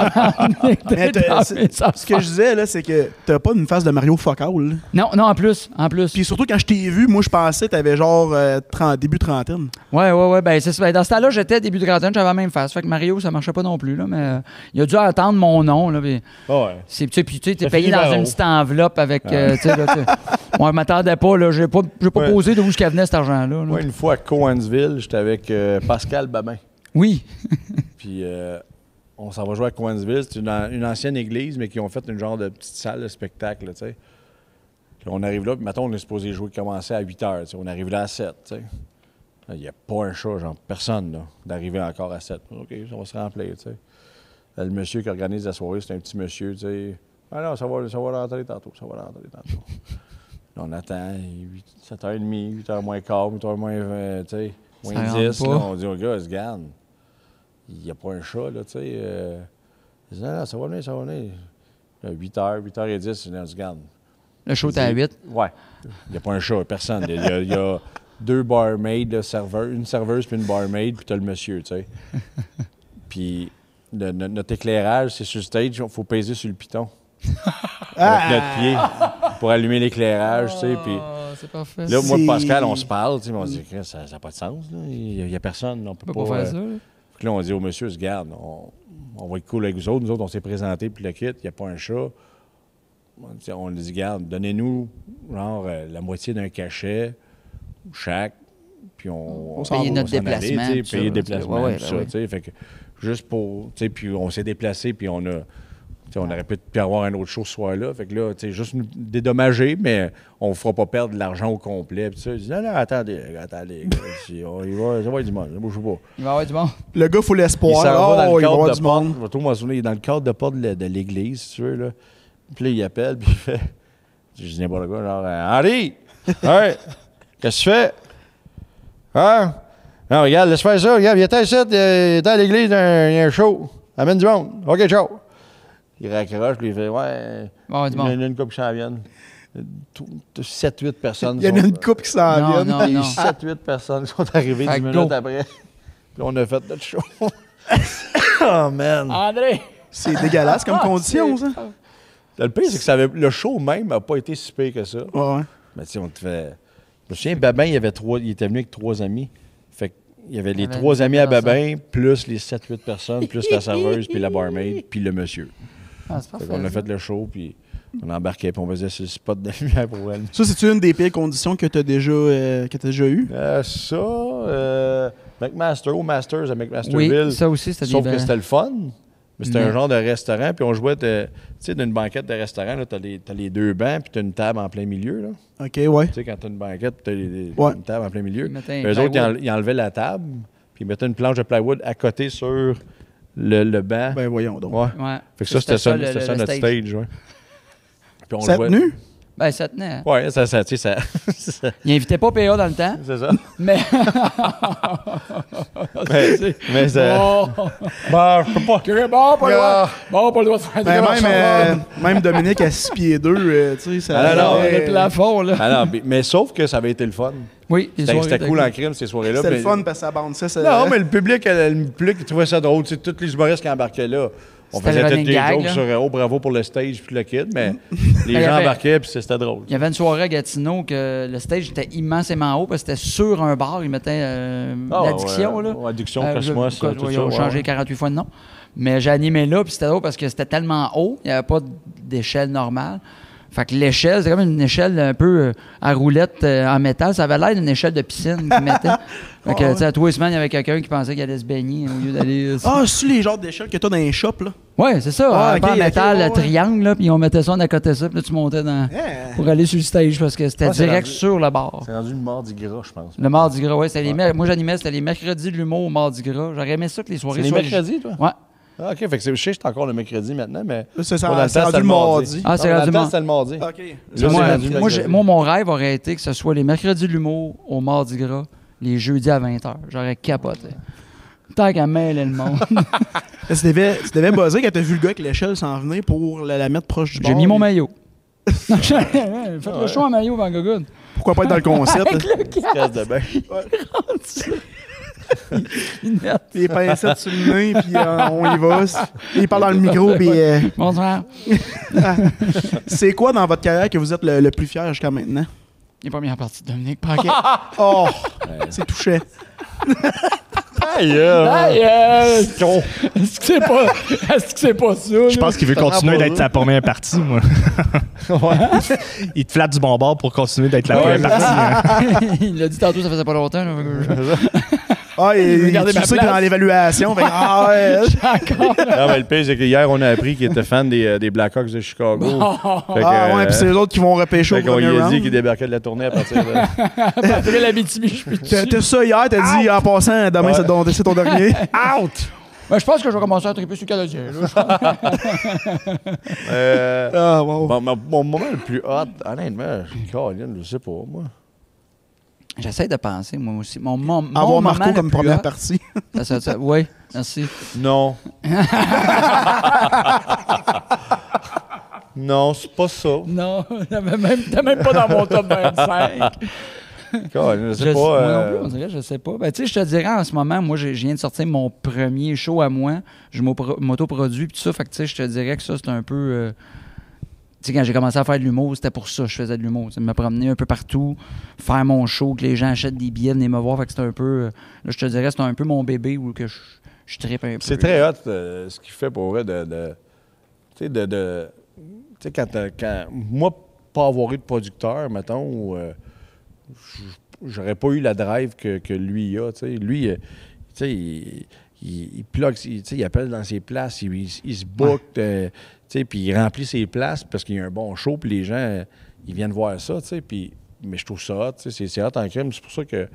de Mais t'as- c'est- ce que je disais, là, c'est que t'as pas une face de Mario focal. là. Non, non, en plus, en plus. Puis surtout, quand je t'ai vu, moi, je pensais que t'avais genre euh, trente début trentaine. Ouais, ouais, ouais. Ben, c'est ça. Ben, dans ce temps-là, j'étais début de trentaine, j'avais la même face. Fait que Mario, ça marchait pas non plus, là. Mais euh, il a dû attendre mon nom, là. Puis, Ah ouais. c'est, tu sais, puis tu sais, t'es Ça payé finit dans par une haut. petite enveloppe avec. euh, tu sais, là, tu- Moi, je m'attendais pas, là. J'ai pas, j'ai pas Ouais. posé d'où ce venait cet argent-là. là. Moi, une fois à Cowansville, j'étais avec euh, Pascal Babin. Oui. Puis euh, on s'en va jouer à Cowansville. C'est une, an- une ancienne église, mais qui ont fait une genre de petite salle de spectacle, là, tu sais. Puis on arrive là, puis maintenant, on est supposé jouer, commencer à huit heures. tu sais. On arrive là à sept, tu sais. Il n'y a pas un chat, genre personne, là, d'arriver encore à sept. OK, ça va se remplir, tu sais. Là, le monsieur qui organise la soirée, c'est un petit monsieur, tu sais. Ah non, ça va, ça va rentrer tantôt, ça va rentrer tantôt. Là, on attend, sept heures trente, huit heures moins quart, huit heures moins vingt, tu sais, Ça moins rentre dix. pas. Là, on dit au gars, regarde, il n'y a pas un chat, là, tu sais. Euh, il dit, non, non, ça va venir, ça va venir. huit heures, huit heures dix, on se garde. Le show était à huit. Ouais. Il n'y a pas un chat, personne. Il y a, il y a deux barmaids, là, serveur, une serveuse puis une barmaid, puis tu as le monsieur, tu sais. Puis le, notre, notre éclairage, c'est sur le stage, il faut peser sur le piton. Avec notre pied pour allumer l'éclairage, tu sais. Puis c'est parfait. là, moi C'est- et Pascal, on se parle, tu sais, mais on se dit que ça n'a pas de sens, là. Il n'y a, a personne, on peut On peut pas, pas faire euh, ça. là. Puis là, on dit au monsieur, se garde, on, on va être cool avec vous autres. Nous autres, on s'est présentés, puis le kit, il n'y a pas un chat. On dit- On lui dit, garde, donnez-nous genre euh, la moitié d'un cachet, chaque, puis on, On s'en Payer va, notre s'en aller, déplacement, tu sais, tout payer le ça, déplacement, ouais, ouais, tout ben ça, oui. tu sais. Fait que juste pour, tu sais, puis on s'est déplacé, puis on a, tu sais, on aurait pu pu avoir un autre show ce soir-là. Fait que là, tu sais, juste nous dédommager, mais on ne fera pas perdre de l'argent au complet. Puis ça, il dit, non, non, attendez, attendez, gars, si on y va, ça va être du monde, je bouge pas. Il va y avoir du monde. Le gars, il faut Il l'espoir. s'en va dans Oh, le il va y cadre avoir de du porte. monde. Je vais toujours m'en souvenir, il est dans le cadre de porte de, de l'église, si tu veux, là. Puis là, il appelle, puis il fait... Je dis n'importe quoi, genre, euh, Henri! Ouais! Qu'est-ce que tu fais? Hein? Non, regarde, laisse faire ça. Regarde, il était ici, euh, dans l'église, il y a un show. Amène du monde. OK, ciao. Il raccroche, puis il fait, ouais... Il va y avoir du Il y en monde. a une couple qui s'en viennent. sept huit personnes. Il y en a une coupe qui s'en Non, vient. non, non. sept huit personnes qui sont arrivées Fait dix que minutes go. après. Puis on a fait notre show. Oh, man! André! C'est dégueulasse comme condition, ça. Le pire, c'est que ça avait- le show même n'a pas été si pire que ça. Ouais, ouais. Mais tu sais, on te fait. Je me souviens, Babin, il, y avait trois, il était venu avec trois amis. Fait qu'il y avait les Il y avait trois une amis à personne. Babin, plus les sept huit personnes, plus la serveuse, puis la barmaid, puis le monsieur. Ah, c'est Fait parfait. qu'on a fait le show, puis on embarquait, puis on faisait sur le spot de lumière pour elle. Ça, c'est une des pires conditions que tu as déjà, euh, que t'as déjà eues? Euh, ça, euh, McMaster, au Masters à McMasterville. Oui, ça aussi, c'était Sauf des que belles- c'était le fun. Mais c'était Mais- un genre de restaurant, puis on jouait, de- tu sais, d'une banquette de restaurant, tu as les, t'as les deux bancs, puis tu as une table en plein milieu. Là. OK, ouais. Tu sais, quand tu as une banquette, tu as Ouais. une table en plein milieu. Ils mettaient un Eux autres, ils, plywood. en- ils enlevaient la table, puis ils mettaient une planche de plywood à côté sur le, le banc. Ben voyons donc. ouais. Ouais. Fait que ça, c'était ça, le- c'était le- ça le notre stage. ouais. Puis on Ça a jouait- tenu? Ben, ça tenait. Ouais, ça, ça, tu sais, ça. ça- Il invitait pas P A dans le temps, c'est ça. mais. mais, mais ça. Oh! Bah, je peux pas. Que bon, pas le droit. Ah. Bon, pas le droit de faire Ben, des même, euh, même Dominique à six pieds deux, euh, tu sais, ça... Ah, non, non, euh, le plafond, là. Ah non, mais, mais sauf que ça avait été le fun. Oui, les C'était soirées c'était étaient cool en crime, ces soirées-là. C'était le mais- fun parce que ça bounçait. Ça... Non, mais le public, euh, le public il trouvait ça drôle. Tu sais, tous les humoristes qui embarquaient là, on C'était faisait le toutes running des gag, jokes là. sur euh, oh bravo pour le stage puis le kid, mais les il y gens avait- embarquaient puis c'était drôle. Il y avait une soirée à Gatineau que le stage était immensément haut parce que c'était sur un bar. Ils mettaient euh, Ah, l'addiction, ouais, là. ouais, addiction, Euh, Cosmos, je- tout ils ça, ont ouais, changé ouais. quarante-huit fois de nom. Mais j'ai animé là, puis c'était drôle parce que c'était tellement haut, il n'y avait pas d'échelle normale. Fait que l'échelle, c'était comme une échelle un peu euh, à roulette euh, en métal. Ça avait l'air d'une échelle de piscine qu'ils mettaient. Fait que, Ah, tu sais, à tous les semaines, il y avait quelqu'un qui pensait qu'il allait se baigner au lieu d'aller. euh, Ah, c'est les genres d'échelles que t'as dans les shops, là? Ouais, c'est ça. Ah, un ok, peu en ok, métal, ouais, le ouais. triangle, là, puis on mettait ça, on accotait ça, puis là, tu montais dans, Yeah. pour aller sur le stage parce que c'était Ah, c'est direct rendu- sur le bar. C'est rendu le mardi gras, je pense. Le Mardi Gras, ouais. C'était les mer- Moi, j'animais, c'était les mercredis de l'humour au Mardi Gras. J'aurais aimé ça que les soirées C'est les soient. mercredis, toi? Ouais. Ah, OK, fait que c'est- je sais que c'est encore le mercredi maintenant, mais. Là, c'est ça, Moi, dans le c'est temps, rendu c'était le mardi. Ah, c'est Non, dans rendu le temps, mar- c'était le mardi. OK. Là, Moi, c'est rendu moi, mercredi. j'ai- moi, mon rêve aurait été que ce soit les mercredis de l'humour au Mardi Gras, les jeudis à vingt heures. J'aurais capoté. Tant qu'à mêler le monde. Tu devais, tu devais buzzer quand t'as vu le gars avec l'échelle s'en venir pour la, la mettre proche du bord. J'ai mis mon maillot. Non, j'ai- Faites le show en maillot, Van Gogh. Pourquoi pas être dans le concept? Casse de bain. Les pincettes sur le nez, puis euh, on y va. Il parle dans le micro, puis... euh, Bonsoir. c'est quoi dans votre carrière que vous êtes le, le plus fier jusqu'à maintenant? Les premières parties de Dominique Paquet. Oh! C'est touchant. Aïe! euh, Hey, euh, con. est-ce que c'est pas, est-ce que c'est pas ça? Je pense qu'il veut continuer d'être sa première partie, moi. Il te flatte du bon bord pour continuer d'être la Ouais, première partie. hein. Il l'a dit tantôt, ça faisait pas longtemps. là. Ah, et veut garder tu ma sais que place. dans l'évaluation, fait que, ah ouais, Encore. Non, mais le pire, c'est qu'hier, on a appris qu'il était fan des, euh, des Blackhawks de Chicago. Fait que, ah ouais, euh, puis c'est les autres qui vont repêcher au fait qu'on premier lui a round. dit qu'il débarquait de la tournée à partir de. Après l'Abitibi, je suis T'as t'as ça hier, t'as dit en passant, demain Ouais. c'est ton, c'est ton dernier. out. Ben, je pense que je vais commencer à triper sur le Canadien. là. Euh, Ah, wow. bon, mon, mon moment le plus hot, honnêtement, Caroline, je sais pas, moi. J'essaie de penser, moi aussi. Mon, mon, mon Avoir moment Marco le comme plus première hot- partie. Ça, ça, ça- oui, merci. Non. Non, c'est pas ça. Non, t'es même, t'es même pas dans mon top vingt-cinq. God, je sais Je- pas. moi euh, non plus, on dirait, je sais pas. Ben, tu sais, je te dirais, en ce moment, moi, j'ai- je viens de sortir mon premier show à moi. Je m'auto- m'auto-produis, puis tout ça. Fait que, tu sais, je te dirais que ça, c'est un peu... euh, tu sais, quand j'ai commencé à faire de l'humour, c'était pour ça que je faisais de l'humour. Tu sais, me promener un peu partout, faire mon show, que les gens achètent des billets, venir me voir. Fait que c'était un peu... euh, là, je te dirais, c'est un peu mon bébé où que je, je trippe un peu. C'est très hot euh, ce qu'il fait pour vrai de. de tu sais, de. de tu sais, quand, t'as- quand. Moi, pas avoir eu de producteur, mettons, ou, euh, j'aurais pas eu la drive que, que lui a. Tu sais. Lui, euh, tu sais, il, il, il plug, il, tu sais, il appelle dans ses places, il, il, il se book, euh, tu sais, puis il remplit ses places parce qu'il y a un bon show, puis les gens, euh, ils viennent voir ça, tu sais, puis. Mais je trouve ça hot, tu sais, c'est, c'est hot en crime. C'est pour ça que.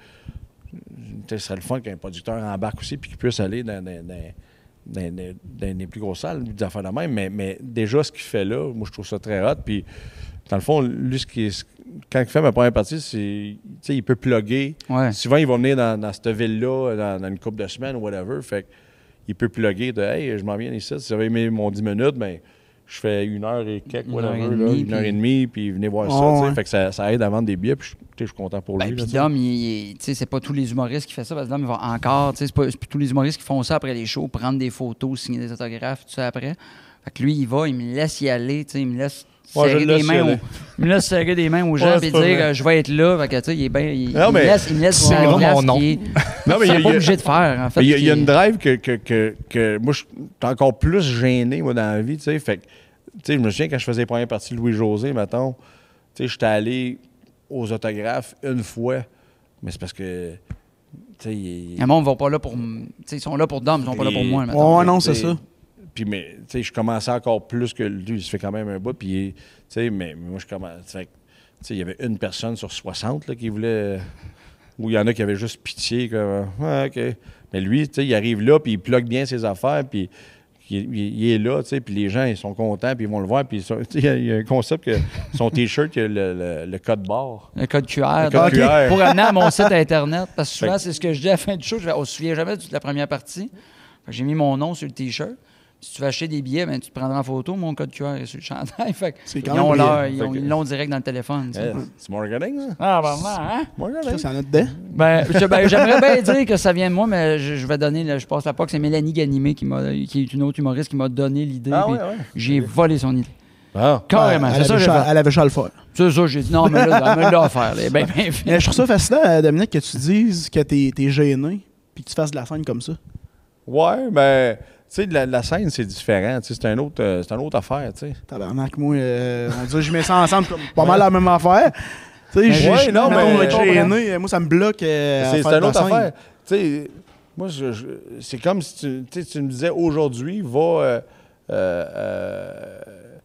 Ce serait le fun qu'un producteur embarque aussi puis qu'il puisse aller dans, dans, dans, dans, dans, dans les plus grosses salles, des affaires de même. Mais, mais déjà, ce qu'il fait là, moi, je trouve ça très hot. Puis, dans le fond, lui, ce qui est- quand il fait ma première partie, c'est, tu sais, il peut plugger. Ouais. Souvent, il va venir dans, dans cette ville-là, dans, dans une couple de semaines ou whatever. Fait qu'il peut plugger de « Hey, je m'en viens ici. Si vous avez aimé mon dix minutes, bien, je fais une heure et quelques, Une whatever, heure et là, demie, une heure puis- et demie, puis venez voir Oh, ça. tu sais. ouais. Fait que ça, ça aide à vendre des billets, puis je, tu sais, je suis content pour lui. Ben, là, puis tu sais. Dom, il, il- tu sais, c'est pas tous les humoristes qui font ça, parce que Dom, il va encore, tu sais, c'est pas c'est pas tous les humoristes qui font ça après les shows, prendre des photos, signer des autographes, tout ça après. Fait que lui, il va, il me laisse y aller, tu sais, il me laisse Ouais, je serrer le des laisse y mains, aller. aux, il me laisse serrer des mains aux gens Ouais, et c'est dire pas vrai. euh, je vais être là. Fait que, tu sais, il est bien, il, Non, il mais- me laisse, il me laisse C'est faire mon une place nom. qui est, Non, mais il y qu'il a- est il y pas a- obligé de faire, en fait. Mais Il y a, il y a qui une est- drive que, que, que, que moi, je suis encore plus gêné, moi, dans la vie, tu sais. Fait que, tu sais, je me souviens quand je faisais les premières parties de Louis-José, mettons, tu sais, j'étais allé aux autographes une fois, mais c'est parce que, tu sais, il- Le monde ne va pas là pour. m- tu sais, ils sont là pour Dom, ils sont pas là pour moi. mettons. Ouais, Ah non, c'est tu sais, ça. Puis, mais, tu sais, je commençais encore plus que lui, il se fait quand même un bout, puis, tu sais, mais moi, je commence. Fait que, tu sais, il y avait une personne sur soixante, là, qui voulait. Ou il y en a qui avaient juste pitié, comme, ah, OK. Mais lui, tu sais, il arrive là, puis il plug bien ses affaires, puis il, il- il est là, tu sais, puis les gens, ils sont contents, puis ils vont le voir, puis ils sont- tu sais, il y a- il y, a un concept que son T-shirt, il y a le, le, le code barre. Le code Q R. Le code donc, Q R. Pour amener à mon site Internet. Parce que souvent, Fait que- c'est ce que je dis à la fin du show. Je vais, on se souvient jamais de la première partie. Fait que j'ai mis mon nom sur le T-shirt. Si tu veux acheter des billets, ben, tu te prendras en photo. Mon code Q R est sur le chandail. Fait que C'est ils, quand ont même leur- brillant. ils ont- Fait que- ils l'ont direct dans le téléphone. tu sais. Eh, c'est marketing, ça? Ah, vraiment, hein? Marketing. Ça, c'est en notre dedans. Ben, je- ben, j'aimerais bien dire que ça vient de moi, mais je, je vais donner, le- je passe la P A C. C'est Mélanie Ganimé qui, m'a, qui est une autre humoriste qui m'a donné l'idée. Ah, puis ouais, ouais. J'ai volé son idée. Ah. Carrément. Elle c'est ça avait que j'ai cha- fait. elle avait cha le faire. C'est ça, j'ai dit non, mais là, elle me l'a offert. là. Ben, ben, fait. Mais je trouve ça fascinant, euh, Dominique, que tu dises que t'es es gêné puis que tu fasses de la scène comme ça. Ouais, mais, tu sais, la, la scène, c'est différent. Tu sais, c'est un autre, euh, c'est une autre affaire, tu sais. Tabarnak, moi, euh, on dirait que je mets ça ensemble comme pas mal la même affaire. Tu sais, j'ai- ouais, j'ai- non, mettons, mais- être gêné, euh, moi, ça me bloque. euh, à C'est faire c'est de une la autre scène. affaire. Tu sais, moi, je- je- c'est comme si tu, tu sais, tu me disais aujourd'hui, va euh, euh, euh,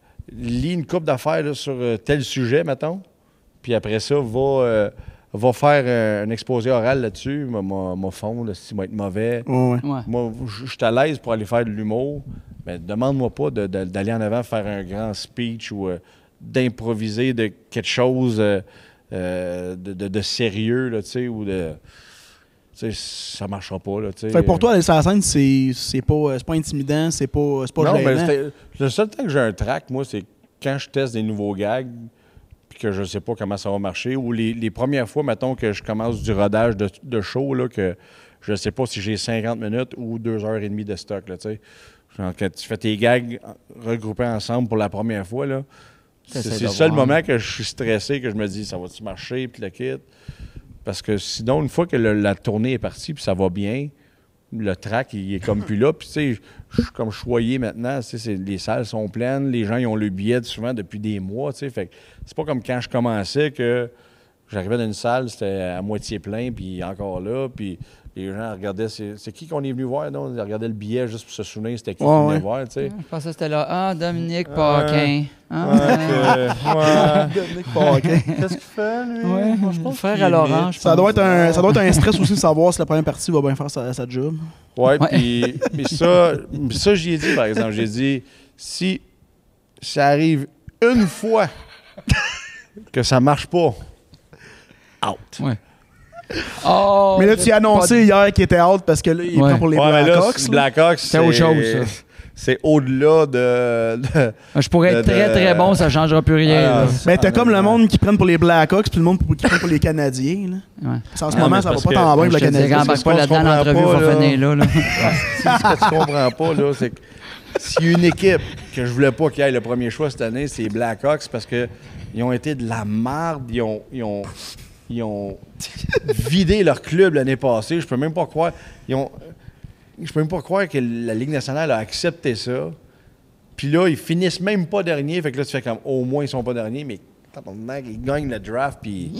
lis une coupe d'affaires là, sur euh, tel sujet, mettons, puis après ça, va, euh, va faire euh, un exposé oral là-dessus, m'a- m'a m'a fond, là, s'il va être mauvais. Ouais, ouais. Ouais. Moi, je je suis à l'aise pour aller faire de l'humour, mais demande-moi pas de- de- d'aller en avant faire un grand speech ou euh, d'improviser de quelque chose euh, euh, de, de- de sérieux, là, tu sais, ou de... Tu sais, ça marchera pas, là, tu sais. Fait que pour toi, aller sur la scène, c'est c'est pas, euh, c'est pas intimidant, c'est pas, c'est pas Non, mais gênant. c'était- le seul temps que j'ai un track, moi, c'est quand je teste des nouveaux gags, puis que je sais pas comment ça va marcher, ou les, les premières fois, mettons, que je commence du rodage de, de show, là, que je sais pas si j'ai cinquante minutes ou deux heures et demie de stock, là, tu sais. Genre, quand tu fais tes gags regroupés ensemble pour la première fois, là, c'est T'essaies c'est de le seul voir. moment que je suis stressé, que je me dis, ça va-tu marcher, puis le kit. Parce que sinon, une fois que le- la tournée est partie, puis ça va bien, le track, il est comme plus là. Puis, tu sais, je suis comme choyé maintenant. Tu sais, c'est- les salles sont pleines. Les gens, ils ont le billet souvent depuis des mois. Tu sais, fait que c'est pas comme quand je commençais que j'arrivais dans une salle, c'était à moitié plein, puis encore là. Puis les gens regardaient, c'est c'est qui qu'on est venu voir? Non? Ils regardaient le billet juste pour se souvenir c'était qui Ouais, qu'on venait ouais. voir, tu sais. Je pensais que c'était là. Ah, Dominique Paquin. Ah, Ouais, ouais. que- ouais. Dominique Paquin. Qu'est-ce qu'il fait, lui? Ouais, Moi, je pense frère qu'il à est Laurent, je Ça pense. doit, être un, ça doit être un stress aussi de savoir si la première partie va bien faire sa, sa job. Ouais, Ouais. puis mais ça, mais ça j'y ai dit, par exemple. J'ai dit, si ça arrive une fois que ça marche pas, out. Ouais. Oh, Mais là, tu j'ai as annoncé pas hier qu'il était out parce que là, il Ouais. prend pour les Ouais, mais là, Blackhawks. c'est- là. Blackhawks, C'est autre chose, ça. c'est au-delà de, de- Je pourrais être de- très, de- très bon, ça ne changera plus rien. Ah, là. Ben, t'as Ah, comme non, le non. monde qui prennent pour les Blackhawks puis le monde qui prend pour les Canadiens. Là. Ouais. Parce qu'en ce Non, moment, mais ça va parce pas que- tant bien avec Je le te dirais, Canadien. embarque ce pas qu'on là-dedans, se comprend l'entrevue pas, va là. finir là. là. ce que tu comprends pas, là, c'est que s'il y a une équipe que je voulais pas qu'il aille le premier choix cette année, c'est les Blackhawks parce que ils ont été de la merde. Ils ont, ils ont, ils ont vidé leur club l'année passée. Je peux même pas croire. Ils ont, je peux même pas croire que la Ligue nationale a accepté ça. Puis là, ils finissent même pas dernier. Fait que là, tu fais comme au moins ils sont pas derniers, mais tabarnak, ils gagnent le draft. Puis.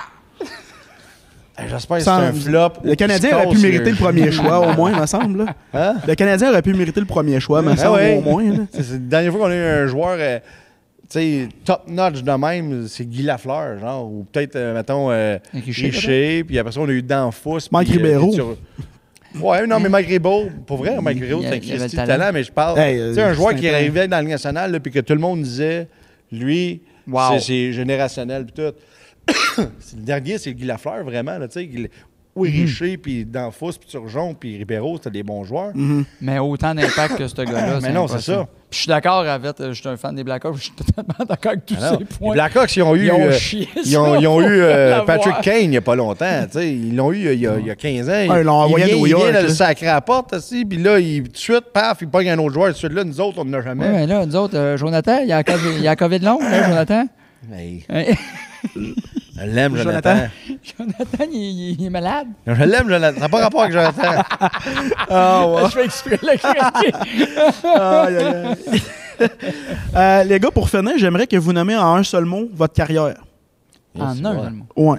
Eh, J'espère que c'est Sans- un flop. Le ou Canadien qu'ils aurait pu cassent mériter le premier genou. choix, au moins, me semble. là. Hein? Le Canadien aurait pu mériter le premier choix, me Ah semble, ouais. au moins. là. C'est c'est la dernière fois qu'on a eu un joueur euh, tu sais, top-notch de même, c'est Guy Lafleur, genre, ou peut-être, euh, mettons, euh, Richer, Richer, puis après ça, on a eu Danfous. Mike puis, euh, Ribeiro. puis sur- Ouais, non, mais Mike Ribeiro, pour vrai, Mike Ribeiro, Il y a- c'est un il y avait Christy le de talent. talent, mais je parle, Hey, euh, tu sais, un joueur c'est qui un- arrivait dans la Ligue nationale, là, puis que tout le monde disait, lui, Wow. c'est- c'est générationnel, puis tout. C'est le dernier, c'est Guy Lafleur, vraiment, là, tu sais, il- oui, Mhm. Richer, puis Danfous, puis Turgeon, puis Ribeiro, c'était des bons joueurs. Mais autant d'impact que ce gars-là. Mais non, c'est impossible. ça. Puis je suis d'accord avec. Je suis un fan des Blackhawks. Je suis totalement d'accord avec tous Ah non. ces Les points. Blackhawks, ils ont eu, Ils ont euh, chié ils ont, ça ils ont pour eu euh, l'avoir. Patrick Kane il n'y a pas longtemps. tu sais. Ils l'ont eu euh, il y a, il y a quinze ans. Ah, ils l'ont envoyé à vient, New il York, vient de là. le sacrer à la porte, aussi, puis là, il, tout de suite, paf, il pogne un autre joueur. Tout de suite, là, nous autres, on n'en a jamais. Oui, mais là, nous autres, euh, Jonathan, il y a la COVID, il y a la COVID longue, là, Jonathan. Hey, Hein? je l'aime, Jonathan. Jonathan. Jonathan, il, il- il est malade. Je l'aime, Jonathan. Ça n'a pas rapport avec Jonathan. Ah, ouais. Je fais exprès de le craquer. Aïe, aïe, aïe. Euh, les gars, pour finir, j'aimerais que vous nommiez en un seul mot votre carrière. En Yes, un, ouais. seulement. Ouais,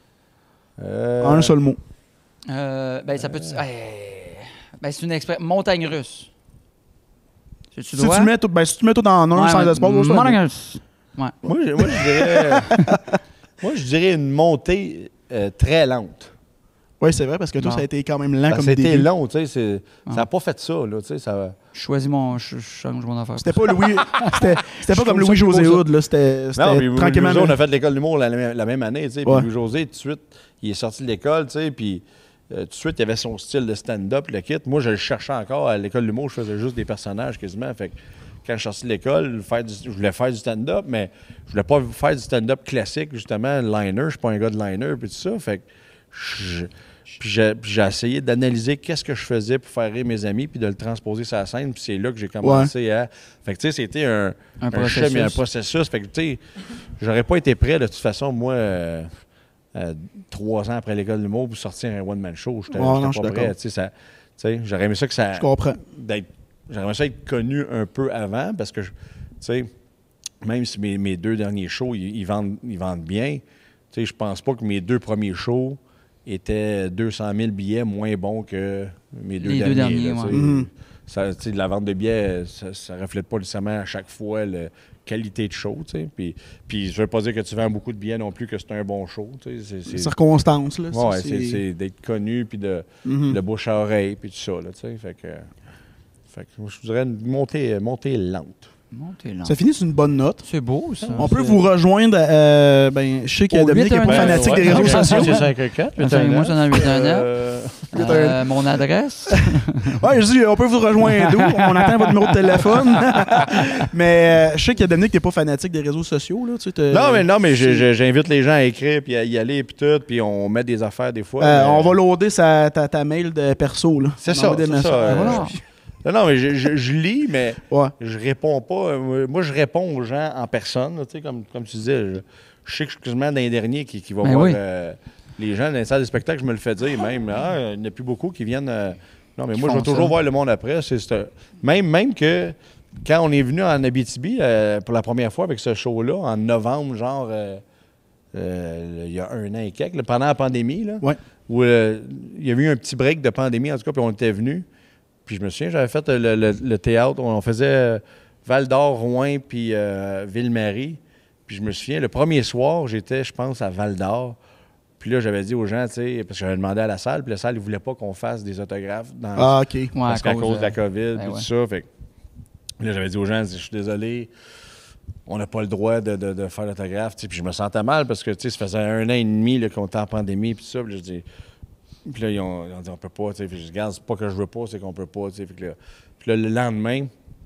Euh, en un seul mot. Euh, ben, ça peut. Ben, c'est une expression. Montagne russe. Tu Si tu, mets tout, ben, si tu mets tout dans un, Ouais, sans mais- espace, c'est un Montagne mot. russe. Ouais. Moi, je, moi, je dirais, moi, je dirais une montée euh, très lente. Oui, c'est vrai, parce que toi, Non. ça a été quand même lent Parce comme que C'était début. long, tu sais. c'est- Ah. Ça n'a pas fait ça, là, tu sais. Ça... Je choisis mon. Je, je change mon affaire. C'était pas Louis. C'était c'était pas Je comme trouve ça Louis-José plus beau, ça. Hood, là. C'était c'était Non, puis tranquillement. Louis-José, on a fait l'école d'humour la, même- la même année, tu sais. Puis Ouais. Louis-José, tout de suite, il est sorti de l'école, tu sais, puis euh, tout de suite, il avait son style de stand-up, le kit. Moi, je le cherchais encore. À l'école d'humour, je faisais juste des personnages quasiment. Fait que quand je suis sorti de l'école, faire du- je voulais faire du stand-up, mais je voulais pas faire du stand-up classique, justement, liner. Je suis pas un gars de liner, puis tout ça. Fait que je- puis j'ai puis j'ai essayé d'analyser qu'est-ce que je faisais pour faire rire mes amis, puis de le transposer sur la scène. Puis c'est là que j'ai commencé à... Fait que, tu sais, c'était un, Un un processus. chemin, un processus. Fait que, tu sais, j'aurais pas été prêt, de toute façon, moi, euh, euh, trois ans après l'école de l'humour, pour sortir un one-man show. J'étais Ouais, non, j'étais je suis pas d'accord. prêt. Tu sais, ça- tu sais, j'aurais aimé ça que ça... Je comprends. d'être- J'aurais aimé ça être connu un peu avant, parce que, je- tu sais, même si mes, mes deux derniers shows, ils, ils vendent, ils vendent bien, tu sais, je pense pas que mes deux premiers shows étaient deux cent mille billets moins bons que mes deux Les derniers. deux derniers, là, tu ouais. sais. Mhm. Ça, tu sais, la vente de billets, ça, ça reflète pas nécessairement à chaque fois la qualité de show, tu sais. Puis, puis je veux pas dire que tu vends beaucoup de billets non plus que c'est un bon show, tu sais. C'est- c'est- Circonstances, là. ça, Ouais, c'est c'est d'être connu, puis de, Mhm. de bouche à oreille, puis tout ça, là, tu sais. Fait que, fait que moi, je dirais une montée, montée lente. Montez là. Ça finit sur une bonne note. C'est beau, ça. On peut vous rejoindre. Euh, ben, je sais que Au Dominique n'est huit pas un neuf. fanatique des Ouais, réseaux ouais, sociaux. c'est cinq un quatre, Enfin, moi, c'est dans huit un neuf. Euh, Euh, mon adresse. Ouais, je dis, on peut vous rejoindre d'où? On attend votre numéro de téléphone. mais euh, je sais que Dominique n'est pas fanatique des réseaux sociaux. Là, tu sais, t'as- Non, mais, non, mais j'ai- c'est- j'ai- j'invite les gens à écrire, puis à y aller, puis tout, puis on met des affaires des fois. Euh, mais- on va loader sa, ta, ta mail de perso. Là. C'est On ça, envoie des c'est messages. ça, euh, Voilà. Non, non, mais je, je- je lis, mais Ouais. je réponds pas. Euh, Moi, je réponds aux gens en personne, là, tu sais, comme, comme tu disais. Je, je sais que je suis quasiment d'un dernier qui, qui va Ben voir oui. euh, les gens dans les salles de spectacle, je me le fais dire même. Ah, il n'y en a plus beaucoup qui viennent. euh, non, mais Qui moi, je vais font toujours ça. voir le monde après. C'est, c'est- même, même que quand on est venu en Abitibi euh, pour la première fois avec ce show-là, en novembre, genre, euh, euh, il y a un an et quelques, là, pendant la pandémie, là, Ouais. où euh, il y avait eu un petit break de pandémie, en tout cas, puis on était venus. Puis je me souviens, j'avais fait euh, le, le- le théâtre, on faisait euh, Val-d'Or, Rouen, puis euh, Ville-Marie. Puis je me souviens, le premier soir, j'étais, je pense, à Val-d'Or. Puis là, j'avais dit aux gens, tu sais, parce que j'avais demandé à la salle, puis la salle, ils ne voulaient pas qu'on fasse des autographes dans, Ah, OK. Ouais, parce à qu'à cause de la euh, COVID, ben puis ouais. tout ça. Fait que là, j'avais dit aux gens, je suis désolé, on n'a pas le droit de, de- de faire l'autographe. Tu sais, puis je me sentais mal parce que, tu sais, ça faisait un an et demi là, qu'on était en pandémie, puis tout ça. Puis là, je dis... Puis là, ils ont, ils ont dit, on peut pas. Tu sais, puis je dis, regarde, c'est pas que je veux pas, c'est qu'on peut pas. Tu sais, puis là, puis là, le lendemain,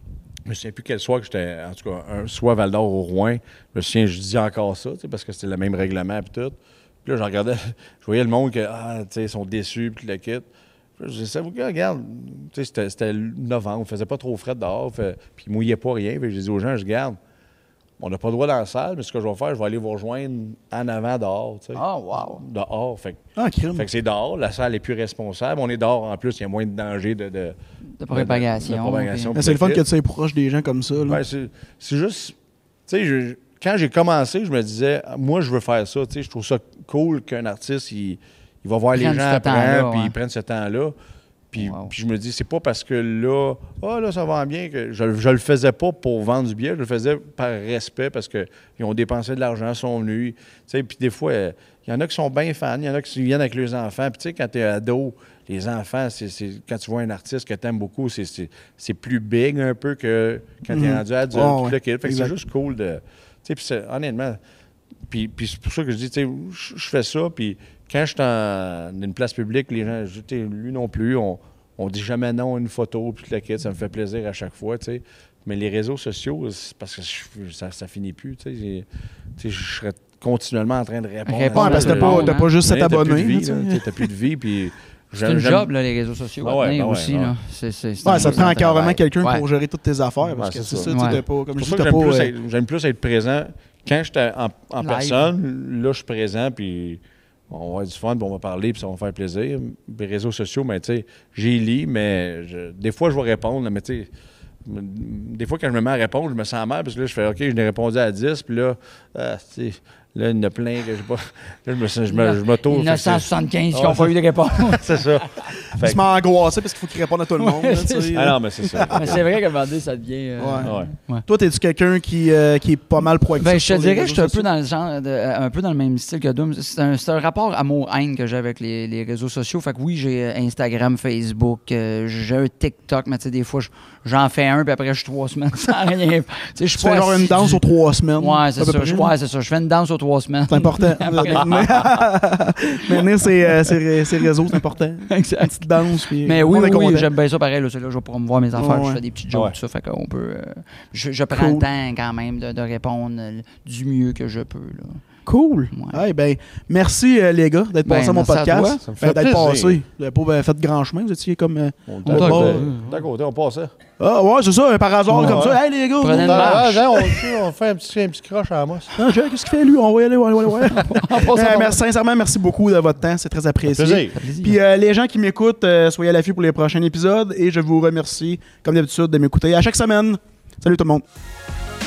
Je me souviens plus quel soir que j'étais, en tout cas, un, soit Val d'Or ou Rouen. Je me souviens, je dis encore ça, parce que c'était le même règlement et tout. Puis là, je regardais, je voyais le monde que, ah, tu sais, ils sont déçus, puis le kit. Puis je disais, regarde, tu sais, c'était, c'était novembre, il faisait pas trop frais dehors, fait, puis il mouillait pas rien. Puis je disais aux gens, je garde, on n'a pas le droit dans la salle, mais ce que je vais faire, je vais aller vous rejoindre en avant dehors, tu sais. Ah, wow. Dehors, fait, Ah, crime. fait que c'est dehors, la salle est plus responsable. On est dehors en plus, il y a moins de danger de, de, De propagation. de, de propagation. Mais c'est le fun que tu sois proche des gens comme ça. Là. Ben, c'est, c'est juste, tu sais, je- quand j'ai commencé, je me disais, moi, je veux faire ça. Tu sais, je trouve ça cool qu'un artiste, il, il va voir les Prenne gens ce après, temps-là, puis ouais. il prenne ce temps-là. Puis, Wow. puis je me dis, c'est pas parce que là, ah là, ça va bien que je, je le faisais pas pour vendre du billet, je le faisais par respect parce qu'ils ont dépensé de l'argent, sont venus. Tu sais, puis des fois, il y en a qui sont bien fans, il y en a qui viennent avec leurs enfants. Puis tu sais, quand tu es ado, les enfants, c'est, c'est, quand tu vois un artiste que tu aimes beaucoup, c'est, c'est, c'est plus big un peu que quand tu es Mhm. rendu adulte. Oh, Puis ouais. là, fait que Exact. c'est juste cool de. Tu sais, puis c'est- honnêtement, puis, puis c'est pour ça que je dis, tu sais, je je fais ça, puis quand je suis en une place publique, les gens, je- tu sais, lui non plus, on, on dit jamais non à une photo, puis le kit, ça me fait plaisir à chaque fois, tu sais. Mais les réseaux sociaux, c'est parce que je- ça, ça finit plus, tu sais. j'ai- tu sais. Je serais continuellement en train de répondre. Répondre Ouais, parce que t'as à pas, tout le t'as monde, pas juste Mais cet t'as plus de abonné. vie, là, tu sais. là, tu sais, t'as plus de vie, puis... C'est j'aime- une j'aime- job, là, les réseaux sociaux. Ah à ouais, tenir ben ouais, aussi, ouais. là. C'est, c'est, c'est Ouais, un- ça te c'est un prend carrément travail. quelqu'un Ouais. pour gérer toutes tes affaires. Parce Ouais, que c'est c'est ça. ça, tu sais, Ouais. t'as pas, comme C'est je pour dis, ça que t'as j'aime pas. plus, euh, être, j'aime plus être présent. Quand j'étais en, en Live. personne, là, je suis présent, puis on va avoir du fun, puis on va parler, puis ça va me faire plaisir. Les réseaux sociaux, mais tu sais, j'y lis, mais je- des fois, je vais répondre, mais tu sais, des fois, quand je me mets à répondre, je me sens mal, parce que là, je fais, OK, je n'ai répondu à dix, puis là, ah, tu sais, là, il y en a plein que je pas. Là, je me sens, je me, je m'auto. Il y en a cent soixante-quinze qui Ah, n'ont pas eu de réponse. C'est ça. Il Fait se que- met angoissé parce qu'il faut qu'il réponde à tout le monde. là, tu sais. Ah non, mais c'est ça. Mais c'est vrai qu'à un moment donné, ça devient. euh, Ouais. Ouais. Toi, t'es-tu quelqu'un qui, euh, qui est pas mal proactif? Ben, je te sur les dirais que je réseaux suis un peu sociaux? dans le genre, de- euh, un peu dans le même style que Doom. C'est un, c'est un rapport amour-haine que j'ai avec les, les réseaux sociaux. Fait que oui, j'ai euh, Instagram, Facebook, euh, j'ai un TikTok, mais tu sais, des fois, je- j'en fais un, puis après, je suis trois semaines sans rien. Tu sais, je suis Tu fais pas genre une assidu. danse aux trois semaines. Ouais, c'est à peu ça. près, Je, là. ouais, c'est ça. Je fais une danse aux trois semaines. C'est important. Maintenir ses, euh, ses- ses réseaux, c'est important. Exact. Une petite danse. Puis Mais on oui, est oui, oui, content. j'aime bien ça pareil. Là, c'est là, je vais promouvoir mes affaires, Ouais, je ouais. fais des petites jokes, Ouais. tout ça. Fait qu'on peut. euh, je, je prends Cool. le temps quand même de, de répondre euh, du mieux que je peux. Là. Cool. Ouais. Eh ben, merci euh, les gars d'être Ben, passés à mon merci à podcast. toi. Ça me Ben, fait d'être plaisir. passé. Vous n'avez pas euh, fait grand chemin, vous étiez comme. euh, On D'à d'à côté. côté, d'à côté, on passait. Ah ouais, c'est ça, par hasard Ouais, comme ouais. ça. Hey les gars, Prenez vous- une marche. Ah, on, on fait un petit, un petit croche à la mosse. Ah, Jack, qu'est-ce qu'il fait lui? On va y aller, ouais, ouais, ouais. On passe à Euh, mon- merci, sincèrement, merci beaucoup de votre temps. C'est très apprécié. Plaisir. plaisir. Puis euh, les gens qui m'écoutent, euh, soyez à l'affût pour les prochains épisodes et je vous remercie, comme d'habitude, de m'écouter à chaque semaine. Salut tout le monde.